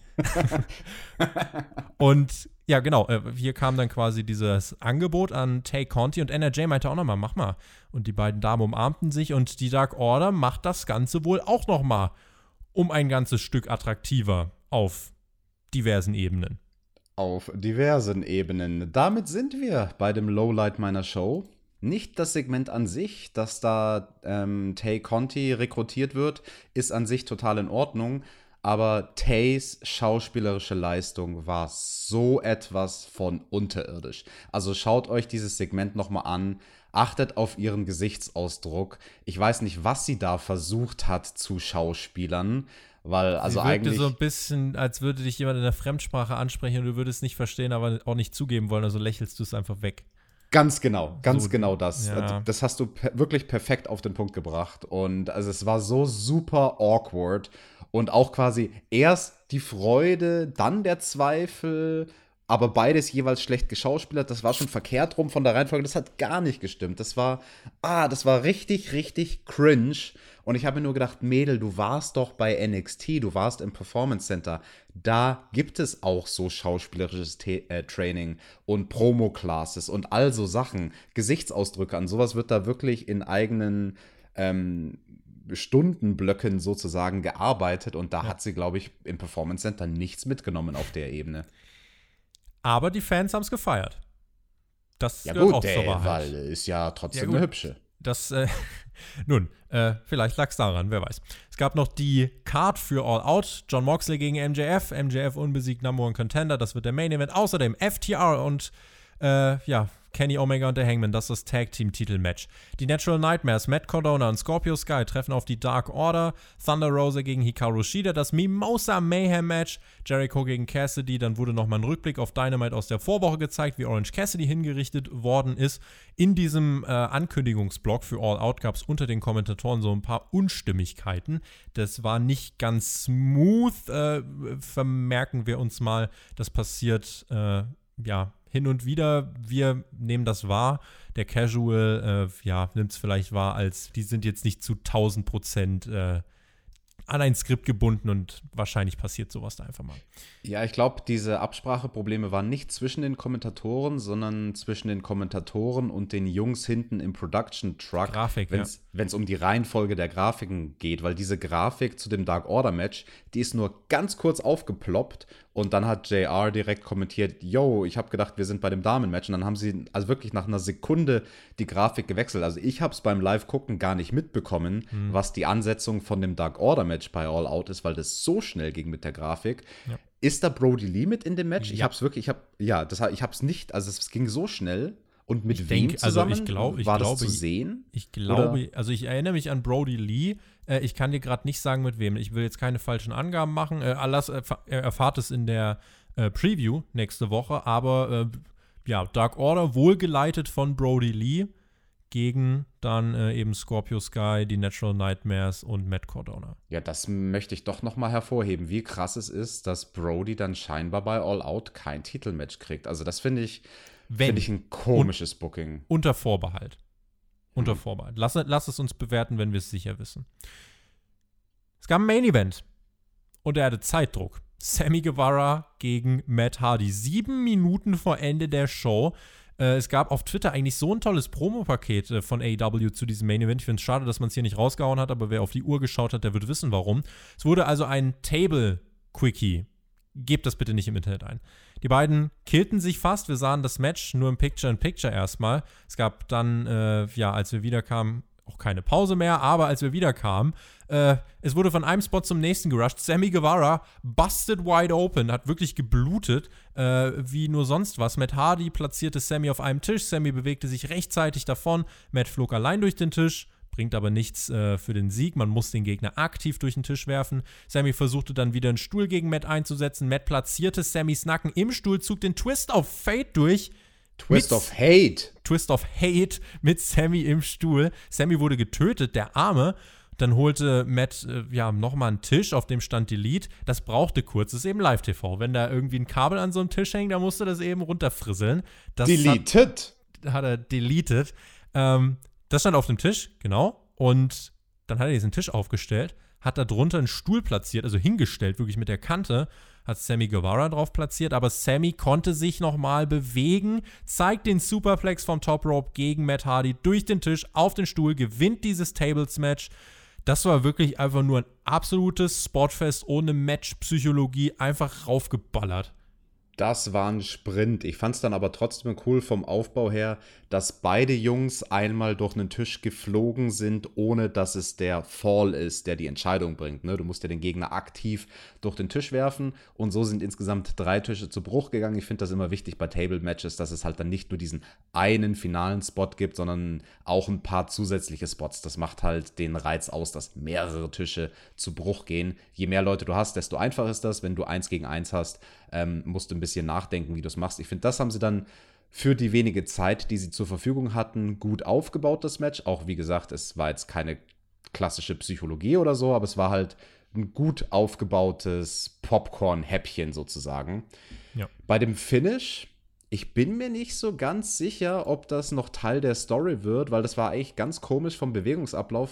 Und ja, genau, hier kam dann quasi dieses Angebot an Tay Conti und NRJ meinte auch nochmal, mach mal. Und die beiden Damen umarmten sich und die Dark Order macht das Ganze wohl auch nochmal um ein ganzes Stück attraktiver auf diversen Ebenen. Auf diversen Ebenen. Damit sind wir bei dem Lowlight meiner Show. Nicht das Segment an sich, dass da Tay Conti rekrutiert wird, ist an sich total in Ordnung. Aber Tays schauspielerische Leistung war so etwas von unterirdisch. Also schaut euch dieses Segment nochmal an. Achtet auf ihren Gesichtsausdruck. Ich weiß nicht, was sie da versucht hat zu schauspielern. Weil, also sie wirkte eigentlich so ein bisschen, als würde dich jemand in der Fremdsprache ansprechen und du würdest nicht verstehen, aber auch nicht zugeben wollen. Also lächelst du es einfach weg. Ganz genau das. Ja. Das hast du wirklich perfekt auf den Punkt gebracht. Und also es war so super awkward. Und auch quasi erst die Freude, dann der Zweifel, aber beides jeweils schlecht geschauspielert. Das war schon verkehrt rum von der Reihenfolge. Das hat gar nicht gestimmt. Das war richtig, richtig cringe. Und ich habe mir nur gedacht, Mädel, du warst doch bei NXT, du warst im Performance Center. Da gibt es auch so schauspielerisches Training und Promo-Classes und all so Sachen, Gesichtsausdrücke. An sowas wird da wirklich in eigenen Stundenblöcken sozusagen gearbeitet und da hat sie, glaube ich, im Performance Center nichts mitgenommen auf der Ebene. Aber die Fans haben es gefeiert. Das Ja gehört gut, auch zur Wahrheit. weil ist ja trotzdem Ja, eine hübsche. Das, vielleicht lag es daran, wer weiß. Es gab noch die Card für All Out. Jon Moxley gegen MJF. MJF unbesiegt Number One Contender. Das wird der Main Event. Außerdem FTR und Kenny Omega und der Hangman. Das ist das Tag-Team-Titel-Match. Die Natural Nightmares, Matt Cardona und Scorpio Sky treffen auf die Dark Order. Thunder Rosa gegen Hikaru Shida. Das Mimosa Mayhem-Match. Jericho gegen Cassidy. Dann wurde nochmal ein Rückblick auf Dynamite aus der Vorwoche gezeigt, wie Orange Cassidy hingerichtet worden ist. In diesem Ankündigungsblock für All Out gab es unter den Kommentatoren so ein paar Unstimmigkeiten. Das war nicht ganz smooth. Vermerken wir uns mal, das passiert, hin und wieder, wir nehmen das wahr. Der Casual, nimmt es vielleicht wahr, als die sind jetzt nicht zu 1000% an ein Skript gebunden und wahrscheinlich passiert sowas da einfach mal. Ja, ich glaube, diese Abspracheprobleme waren nicht zwischen den Kommentatoren, sondern zwischen den Kommentatoren und den Jungs hinten im Production Truck, wenn es um die Reihenfolge der Grafiken geht, weil diese Grafik zu dem Dark Order Match, die ist nur ganz kurz aufgeploppt und dann hat JR direkt kommentiert, yo, ich habe gedacht, wir sind bei dem Damen-Match und dann haben sie also wirklich nach einer Sekunde die Grafik gewechselt. Also ich habe es beim Live-Gucken gar nicht mitbekommen, was die Ansetzung von dem Dark Order Match bei All Out ist, weil das so schnell ging mit der Grafik. Ja. Ist da Brody Lee mit in dem Match? Ja. Ich hab's nicht, also es ging so schnell. Und mit wem zusammen? War das zu sehen? Ich glaube, also ich erinnere mich an Brody Lee. Ich kann dir gerade nicht sagen, mit wem. Ich will jetzt keine falschen Angaben machen. Erfahrt es in der Preview nächste Woche. Aber Dark Order wohlgeleitet von Brody Lee gegen dann eben Scorpio Sky, die Natural Nightmares und Matt Cardona. Ja, das möchte ich doch nochmal hervorheben, wie krass es ist, dass Brody dann scheinbar bei All Out kein Titelmatch kriegt. Also das finde ich ein komisches Booking. Unter Vorbehalt. Unter Vorbehalt. Lass es uns bewerten, wenn wir es sicher wissen. Es gab ein Main Event und er hatte Zeitdruck. Sammy Guevara gegen Matt Hardy. 7 Minuten vor Ende der Show. Es gab auf Twitter eigentlich so ein tolles Promo-Paket von AEW zu diesem Main Event. Ich finde es schade, dass man es hier nicht rausgehauen hat, aber wer auf die Uhr geschaut hat, der wird wissen, warum. Es wurde also ein Table-Quickie. Gebt das bitte nicht im Internet ein. Die beiden killten sich fast. Wir sahen das Match nur im Picture-in-Picture erstmal. Es gab dann, als wir wiederkamen, auch keine Pause mehr, aber als wir wiederkamen, es wurde von einem Spot zum nächsten gerusht. Sammy Guevara busted wide open, hat wirklich geblutet, wie nur sonst was. Matt Hardy platzierte Sammy auf einem Tisch. Sammy bewegte sich rechtzeitig davon. Matt flog allein durch den Tisch. Bringt aber nichts für den Sieg. Man muss den Gegner aktiv durch den Tisch werfen. Sammy versuchte dann wieder einen Stuhl gegen Matt einzusetzen. Matt platzierte Sammys Nacken im Stuhl, zog den Twist of Fate durch. Twist of Hate mit Sammy im Stuhl. Sammy wurde getötet, der Arme. Dann holte Matt nochmal einen Tisch, auf dem stand Delete. Das brauchte kurz, das ist eben Live-TV. Wenn da irgendwie ein Kabel an so einem Tisch hängt, dann musste das eben runterfrisseln. Deleted. Hat er deleted. Das stand auf dem Tisch, genau. Und dann hat er diesen Tisch aufgestellt, hat da drunter einen Stuhl platziert, also hingestellt, wirklich mit der Kante, hat Sammy Guevara drauf platziert, aber Sammy konnte sich nochmal bewegen, zeigt den Superplex vom Top Rope gegen Matt Hardy durch den Tisch auf den Stuhl, gewinnt dieses Tables-Match. Das war wirklich einfach nur ein absolutes Spotfest ohne Match-Psychologie, einfach raufgeballert. Das war ein Sprint. Ich fand es dann aber trotzdem cool vom Aufbau her, dass beide Jungs einmal durch einen Tisch geflogen sind, ohne dass es der Fall ist, der die Entscheidung bringt. Ne? Du musst ja den Gegner aktiv durch den Tisch werfen und so sind insgesamt 3 Tische zu Bruch gegangen. Ich finde das immer wichtig bei Table-Matches, dass es halt dann nicht nur diesen einen finalen Spot gibt, sondern auch ein paar zusätzliche Spots. Das macht halt den Reiz aus, dass mehrere Tische zu Bruch gehen. Je mehr Leute du hast, desto einfacher ist das. Wenn du 1 gegen 1 hast, musst du ein bisschen nachdenken, wie du es machst. Ich finde, das haben sie dann für die wenige Zeit, die sie zur Verfügung hatten, gut aufgebaut, das Match. Auch, wie gesagt, es war jetzt keine klassische Psychologie oder so, aber es war halt ein gut aufgebautes Popcorn-Häppchen sozusagen. Ja. Bei dem Finish, ich bin mir nicht so ganz sicher, ob das noch Teil der Story wird, weil das war eigentlich ganz komisch vom Bewegungsablauf.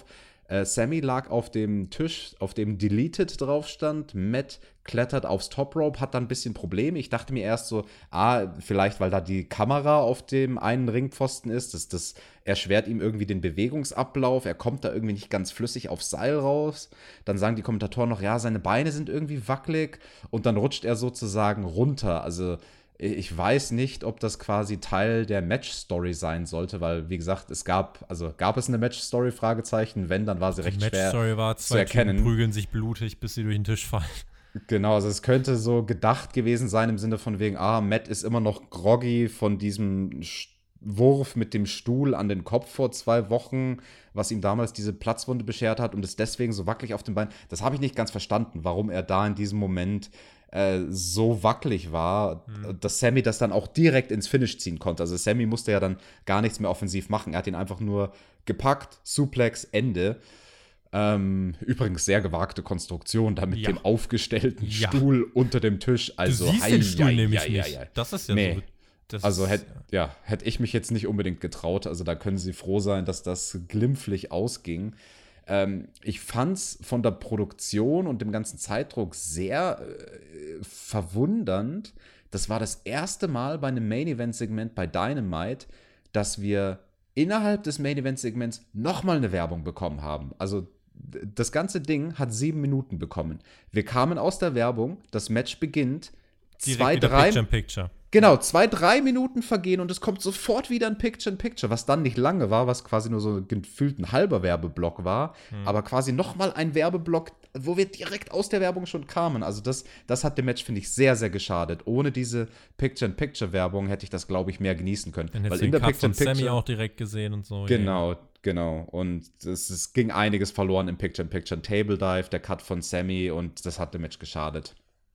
Sammy lag auf dem Tisch, auf dem Deleted drauf stand. Matt klettert aufs Top Rope, hat dann ein bisschen Probleme. Ich dachte mir erst so, vielleicht weil da die Kamera auf dem einen Ringpfosten ist, das erschwert ihm irgendwie den Bewegungsablauf. Er kommt da irgendwie nicht ganz flüssig aufs Seil raus. Dann sagen die Kommentatoren noch, ja, seine Beine sind irgendwie wackelig. Und dann rutscht er sozusagen runter. Also ich weiß nicht, ob das quasi Teil der Match-Story sein sollte, weil, wie gesagt, gab es eine Match-Story, Fragezeichen, wenn, dann war sie recht schwer zu erkennen. Die Match-Story war, zwei Typen prügeln sich blutig, bis sie durch den Tisch fallen. Genau, also es könnte so gedacht gewesen sein im Sinne von wegen, Matt ist immer noch groggy von diesem Wurf mit dem Stuhl an den Kopf vor 2 Wochen, was ihm damals diese Platzwunde beschert hat und ist deswegen so wackelig auf dem Bein. Das habe ich nicht ganz verstanden, warum er da in diesem Moment so wackelig war, dass Sammy das dann auch direkt ins Finish ziehen konnte. Also Sammy musste ja dann gar nichts mehr offensiv machen. Er hat ihn einfach nur gepackt, Suplex, Ende. Übrigens sehr gewagte Konstruktion, da mit dem aufgestellten Stuhl unter dem Tisch. Also, du siehst den Stuhl nämlich nicht. Das ist ja so. Also hätte ich mich jetzt nicht unbedingt getraut. Also da können Sie froh sein, dass das glimpflich ausging. Ich fand's von der Produktion und dem ganzen Zeitdruck sehr verwundernd. Das war das erste Mal bei einem Main-Event-Segment bei Dynamite, dass wir innerhalb des Main-Event-Segments nochmal eine Werbung bekommen haben. Also das ganze Ding hat 7 Minuten bekommen. Wir kamen aus der Werbung, das Match beginnt. Direkt Picture-in-Picture. Genau, 2-3 Minuten vergehen und es kommt sofort wieder ein Picture-in-Picture, was dann nicht lange war, was quasi nur so gefühlt ein halber Werbeblock war, aber quasi nochmal ein Werbeblock, wo wir direkt aus der Werbung schon kamen. Also das hat dem Match, finde ich, sehr, sehr geschadet. Ohne diese Picture-in-Picture-Werbung hätte ich das, glaube ich, mehr genießen können. Dann hättest du den Cut von Sammy auch direkt gesehen und so. Genau. Und es ging einiges verloren im Picture-in-Picture. Ein Table Dive, der Cut von Sammy und das hat dem Match geschadet.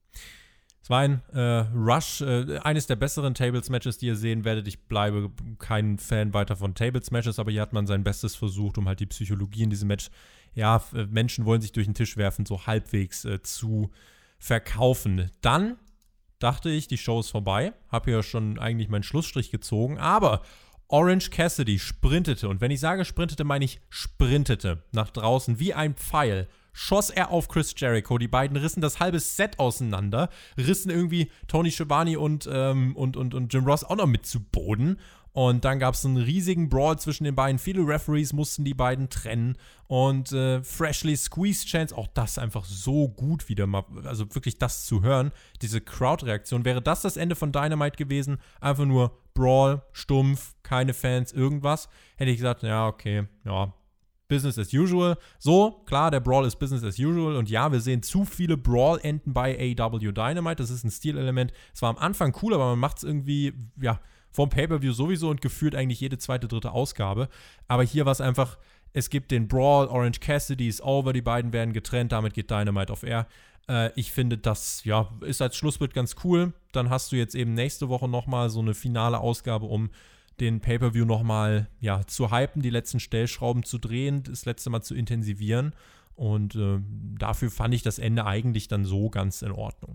Es war ein Rush, eines der besseren Tables-Matches, die ihr sehen werdet. Ich bleibe kein Fan weiter von Tables-Matches, aber hier hat man sein Bestes versucht, um halt die Psychologie in diesem Match, Menschen wollen sich durch den Tisch werfen, so halbwegs zu verkaufen. Dann dachte ich, die Show ist vorbei, habe ja schon eigentlich meinen Schlussstrich gezogen, aber Orange Cassidy sprintete, und wenn ich sage sprintete, meine ich sprintete nach draußen wie ein Pfeil. Schoss er auf Chris Jericho. Die beiden rissen das halbe Set auseinander, rissen irgendwie Tony Schiavone und Jim Ross auch noch mit zu Boden. Und dann gab es einen riesigen Brawl zwischen den beiden. Viele Referees mussten die beiden trennen. Und Freshly Squeezed Chance, auch das einfach so gut wieder mal, also wirklich das zu hören, diese Crowd-Reaktion. Wäre das Ende von Dynamite gewesen, einfach nur Brawl, stumpf, keine Fans, irgendwas, hätte ich gesagt, ja, okay, ja, Business as usual. So, klar, der Brawl ist Business as usual. Und ja, wir sehen zu viele Brawl-Enden bei AEW Dynamite. Das ist ein Stilelement. Es war am Anfang cool, aber man macht es irgendwie, vom Pay-Per-View sowieso und gefühlt eigentlich jede zweite, dritte Ausgabe. Aber hier war es einfach, es gibt den Brawl, Orange Cassidy ist over, die beiden werden getrennt, damit geht Dynamite auf Air. Ich finde, das ist als Schlussbild ganz cool. Dann hast du jetzt eben nächste Woche nochmal so eine finale Ausgabe, um den Pay-Per-View nochmal zu hypen, die letzten Stellschrauben zu drehen, das letzte Mal zu intensivieren. Und dafür fand ich das Ende eigentlich dann so ganz in Ordnung.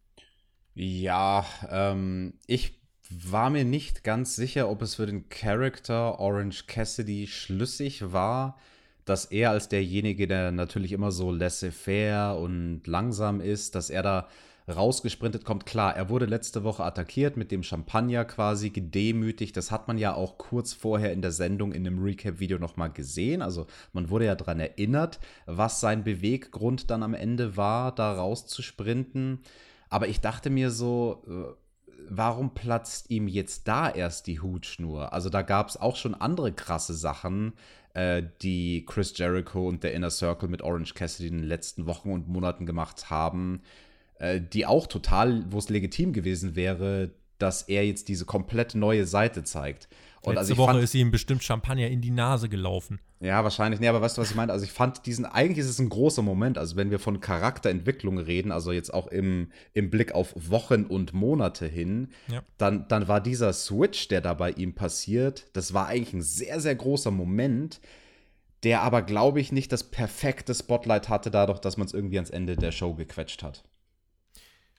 Ja, ich war mir nicht ganz sicher, ob es für den Charakter Orange Cassidy schlüssig war, dass er als derjenige, der natürlich immer so laissez-faire und langsam ist, dass er da rausgesprintet kommt. Klar, er wurde letzte Woche attackiert, mit dem Champagner quasi gedemütigt. Das hat man ja auch kurz vorher in der Sendung in einem Recap-Video nochmal gesehen. Also man wurde ja daran erinnert, was sein Beweggrund dann am Ende war, da rauszusprinten. Aber ich dachte mir so, warum platzt ihm jetzt da erst die Hutschnur? Also da gab es auch schon andere krasse Sachen, die Chris Jericho und der Inner Circle mit Orange Cassidy in den letzten Wochen und Monaten gemacht haben, die auch total, wo es legitim gewesen wäre, dass er jetzt diese komplett neue Seite zeigt. Und letzte Woche ist ihm bestimmt Champagner in die Nase gelaufen. Ja, wahrscheinlich. Nee, aber weißt du, was ich meine? Also ich fand eigentlich ist es ein großer Moment, also wenn wir von Charakterentwicklung reden, also jetzt auch im Blick auf Wochen und Monate hin, dann war dieser Switch, der da bei ihm passiert, das war eigentlich ein sehr, sehr großer Moment, der aber, glaube ich, nicht das perfekte Spotlight hatte, dadurch, dass man es irgendwie ans Ende der Show gequetscht hat.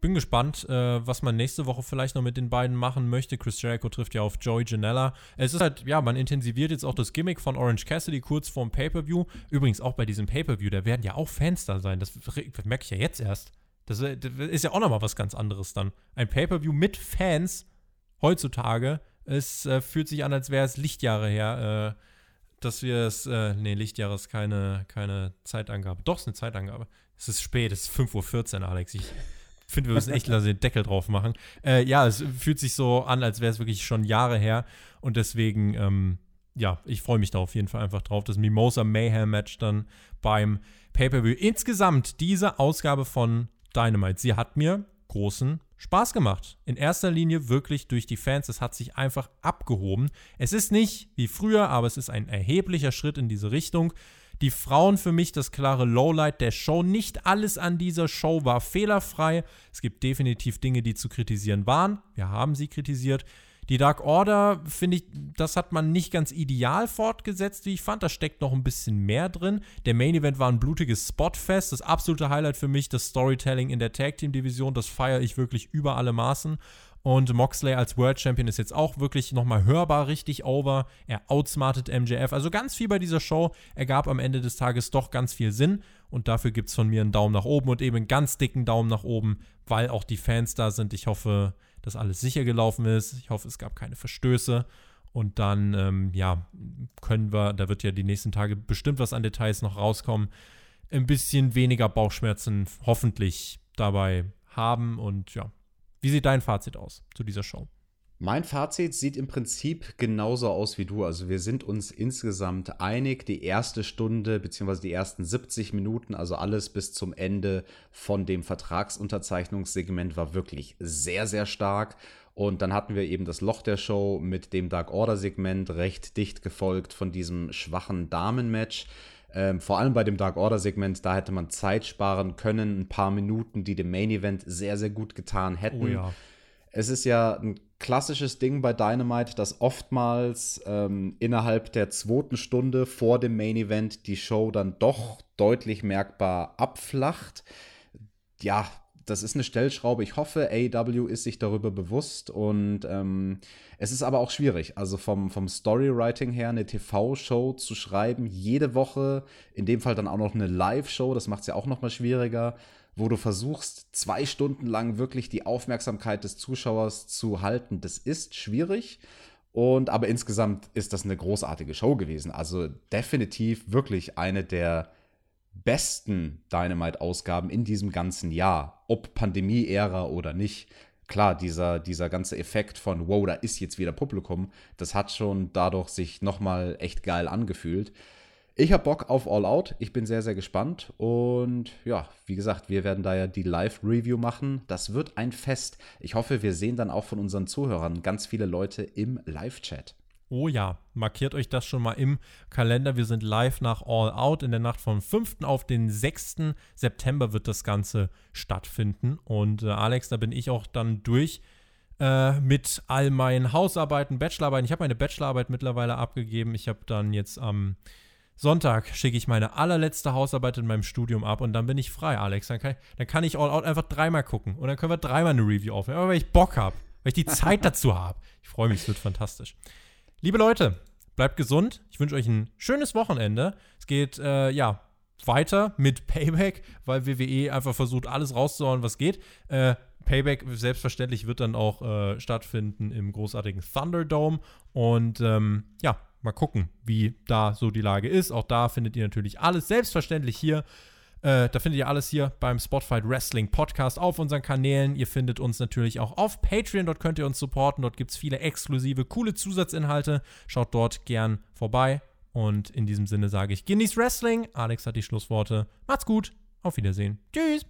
bin gespannt, was man nächste Woche vielleicht noch mit den beiden machen möchte. Chris Jericho trifft ja auf Joey Janela. Es ist halt, ja, man intensiviert jetzt auch das Gimmick von Orange Cassidy kurz vorm Pay-Per-View. Übrigens auch bei diesem Pay-Per-View, da werden ja auch Fans da sein. Das merke ich ja jetzt erst. Das ist ja auch nochmal was ganz anderes dann. Ein Pay-Per-View mit Fans heutzutage. Es fühlt sich an, als wäre es Lichtjahre her, dass wir es, Lichtjahre ist keine Zeitangabe. Doch, es ist eine Zeitangabe. Es ist spät, es ist 5:14 Uhr, Alex. Ich finde, wir müssen echt den Deckel drauf machen. Ja, es fühlt sich so an, als wäre es wirklich schon Jahre her. Und deswegen, ich freue mich da auf jeden Fall einfach drauf. Das Mimosa Mayhem Match dann beim Pay-Per-View. Insgesamt diese Ausgabe von Dynamite, sie hat mir großen Spaß gemacht. In erster Linie wirklich durch die Fans. Es hat sich einfach abgehoben. Es ist nicht wie früher, aber es ist ein erheblicher Schritt in diese Richtung. Die Frauen für mich das klare Lowlight der Show. Nicht alles an dieser Show war fehlerfrei. Es gibt definitiv Dinge, die zu kritisieren waren. Wir haben sie kritisiert. Die Dark Order, finde ich, das hat man nicht ganz ideal fortgesetzt, wie ich fand. Da steckt noch ein bisschen mehr drin. Der Main Event war ein blutiges Spotfest. Das absolute Highlight für mich, das Storytelling in der Tag-Team-Division. Das feiere ich wirklich über alle Maßen. Und Moxley als World Champion ist jetzt auch wirklich nochmal hörbar richtig over. Er outsmartet MJF. Also ganz viel bei dieser Show ergab am Ende des Tages doch ganz viel Sinn. Und dafür gibt es von mir einen Daumen nach oben und eben einen ganz dicken Daumen nach oben, weil auch die Fans da sind. Ich hoffe, dass alles sicher gelaufen ist. Ich hoffe, es gab keine Verstöße. Und dann, können wir, da wird ja die nächsten Tage bestimmt was an Details noch rauskommen, ein bisschen weniger Bauchschmerzen hoffentlich dabei haben. Und ja, wie sieht dein Fazit aus zu dieser Show? Mein Fazit sieht im Prinzip genauso aus wie du. Also wir sind uns insgesamt einig. Die erste Stunde bzw. die ersten 70 Minuten, also alles bis zum Ende von dem Vertragsunterzeichnungssegment war wirklich sehr, sehr stark. Und dann hatten wir eben das Loch der Show mit dem Dark Order-Segment, recht dicht gefolgt von diesem schwachen Damen-Match. Vor allem bei dem Dark Order-Segment, da hätte man Zeit sparen können, ein paar Minuten, die dem Main-Event sehr, sehr gut getan hätten. Oh ja. Es ist ja ein klassisches Ding bei Dynamite, dass oftmals innerhalb der zweiten Stunde vor dem Main-Event die Show dann doch deutlich merkbar abflacht. Ja, das ist eine Stellschraube. Ich hoffe, AEW ist sich darüber bewusst und es ist aber auch schwierig. Also vom Storywriting her eine TV-Show zu schreiben, jede Woche, in dem Fall dann auch noch eine Live-Show, das macht es ja auch noch mal schwieriger, wo du versuchst, 2 Stunden lang wirklich die Aufmerksamkeit des Zuschauers zu halten. Das ist schwierig. Aber insgesamt ist das eine großartige Show gewesen. Also definitiv wirklich eine der besten Dynamite-Ausgaben in diesem ganzen Jahr. Ob Pandemie-Ära oder nicht. Klar, dieser ganze Effekt von, wow, da ist jetzt wieder Publikum, das hat schon dadurch sich nochmal echt geil angefühlt. Ich habe Bock auf All Out. Ich bin sehr, sehr gespannt. Und ja, wie gesagt, wir werden da ja die Live-Review machen. Das wird ein Fest. Ich hoffe, wir sehen dann auch von unseren Zuhörern ganz viele Leute im Live-Chat. Oh ja, markiert euch das schon mal im Kalender. Wir sind live nach All Out. In der Nacht vom 5. auf den 6. September wird das Ganze stattfinden. Und Alex, da bin ich auch dann durch mit all meinen Hausarbeiten, Bachelorarbeiten. Ich habe meine Bachelorarbeit mittlerweile abgegeben. Ich habe dann jetzt am Sonntag schicke ich meine allerletzte Hausarbeit in meinem Studium ab und dann bin ich frei, Alex. Dann kann ich All Out einfach 3-mal gucken und dann können wir 3-mal eine Review aufnehmen. Aber weil ich Bock habe, weil ich die Zeit dazu habe. Ich freue mich, es wird fantastisch. Liebe Leute, bleibt gesund. Ich wünsche euch ein schönes Wochenende. Es geht, weiter mit Payback, weil WWE einfach versucht, alles rauszuhauen, was geht. Payback selbstverständlich wird dann auch stattfinden im großartigen Thunderdome und mal gucken, wie da so die Lage ist. Auch da findet ihr natürlich alles selbstverständlich hier. Da findet ihr alles hier beim Spotfight Wrestling Podcast auf unseren Kanälen. Ihr findet uns natürlich auch auf Patreon. Dort könnt ihr uns supporten. Dort gibt es viele exklusive, coole Zusatzinhalte. Schaut dort gern vorbei. Und in diesem Sinne sage ich, genießt Wrestling. Alex hat die Schlussworte. Macht's gut. Auf Wiedersehen. Tschüss.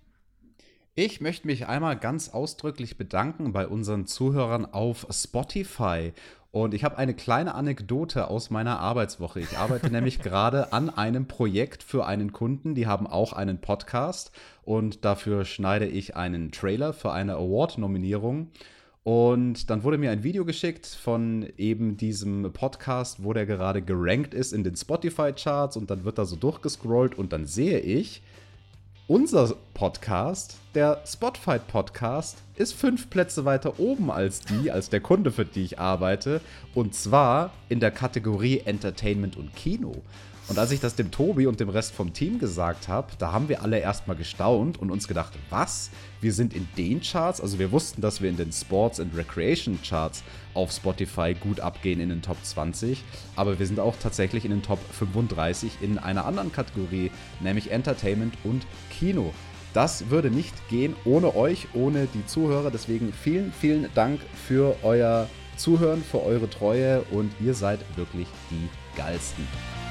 Ich möchte mich einmal ganz ausdrücklich bedanken bei unseren Zuhörern auf Spotify. Und ich habe eine kleine Anekdote aus meiner Arbeitswoche. Ich arbeite nämlich gerade an einem Projekt für einen Kunden. Die haben auch einen Podcast. Und dafür schneide ich einen Trailer für eine Award-Nominierung. Und dann wurde mir ein Video geschickt von eben diesem Podcast, wo der gerade gerankt ist in den Spotify-Charts. Und dann wird da so durchgescrollt und dann sehe ich, unser Podcast, der Spotfight Podcast, ist 5 Plätze weiter oben als der Kunde, für die ich arbeite. Und zwar in der Kategorie Entertainment und Kino. Und als ich das dem Tobi und dem Rest vom Team gesagt habe, da haben wir alle erstmal gestaunt und uns gedacht, was? Wir sind in den Charts? Also wir wussten, dass wir in den Sports and Recreation Charts auf Spotify gut abgehen in den Top 20, aber wir sind auch tatsächlich in den Top 35 in einer anderen Kategorie, nämlich Entertainment und Kino. Das würde nicht gehen ohne euch, ohne die Zuhörer. Deswegen vielen, vielen Dank für euer Zuhören, für eure Treue und ihr seid wirklich die Geilsten.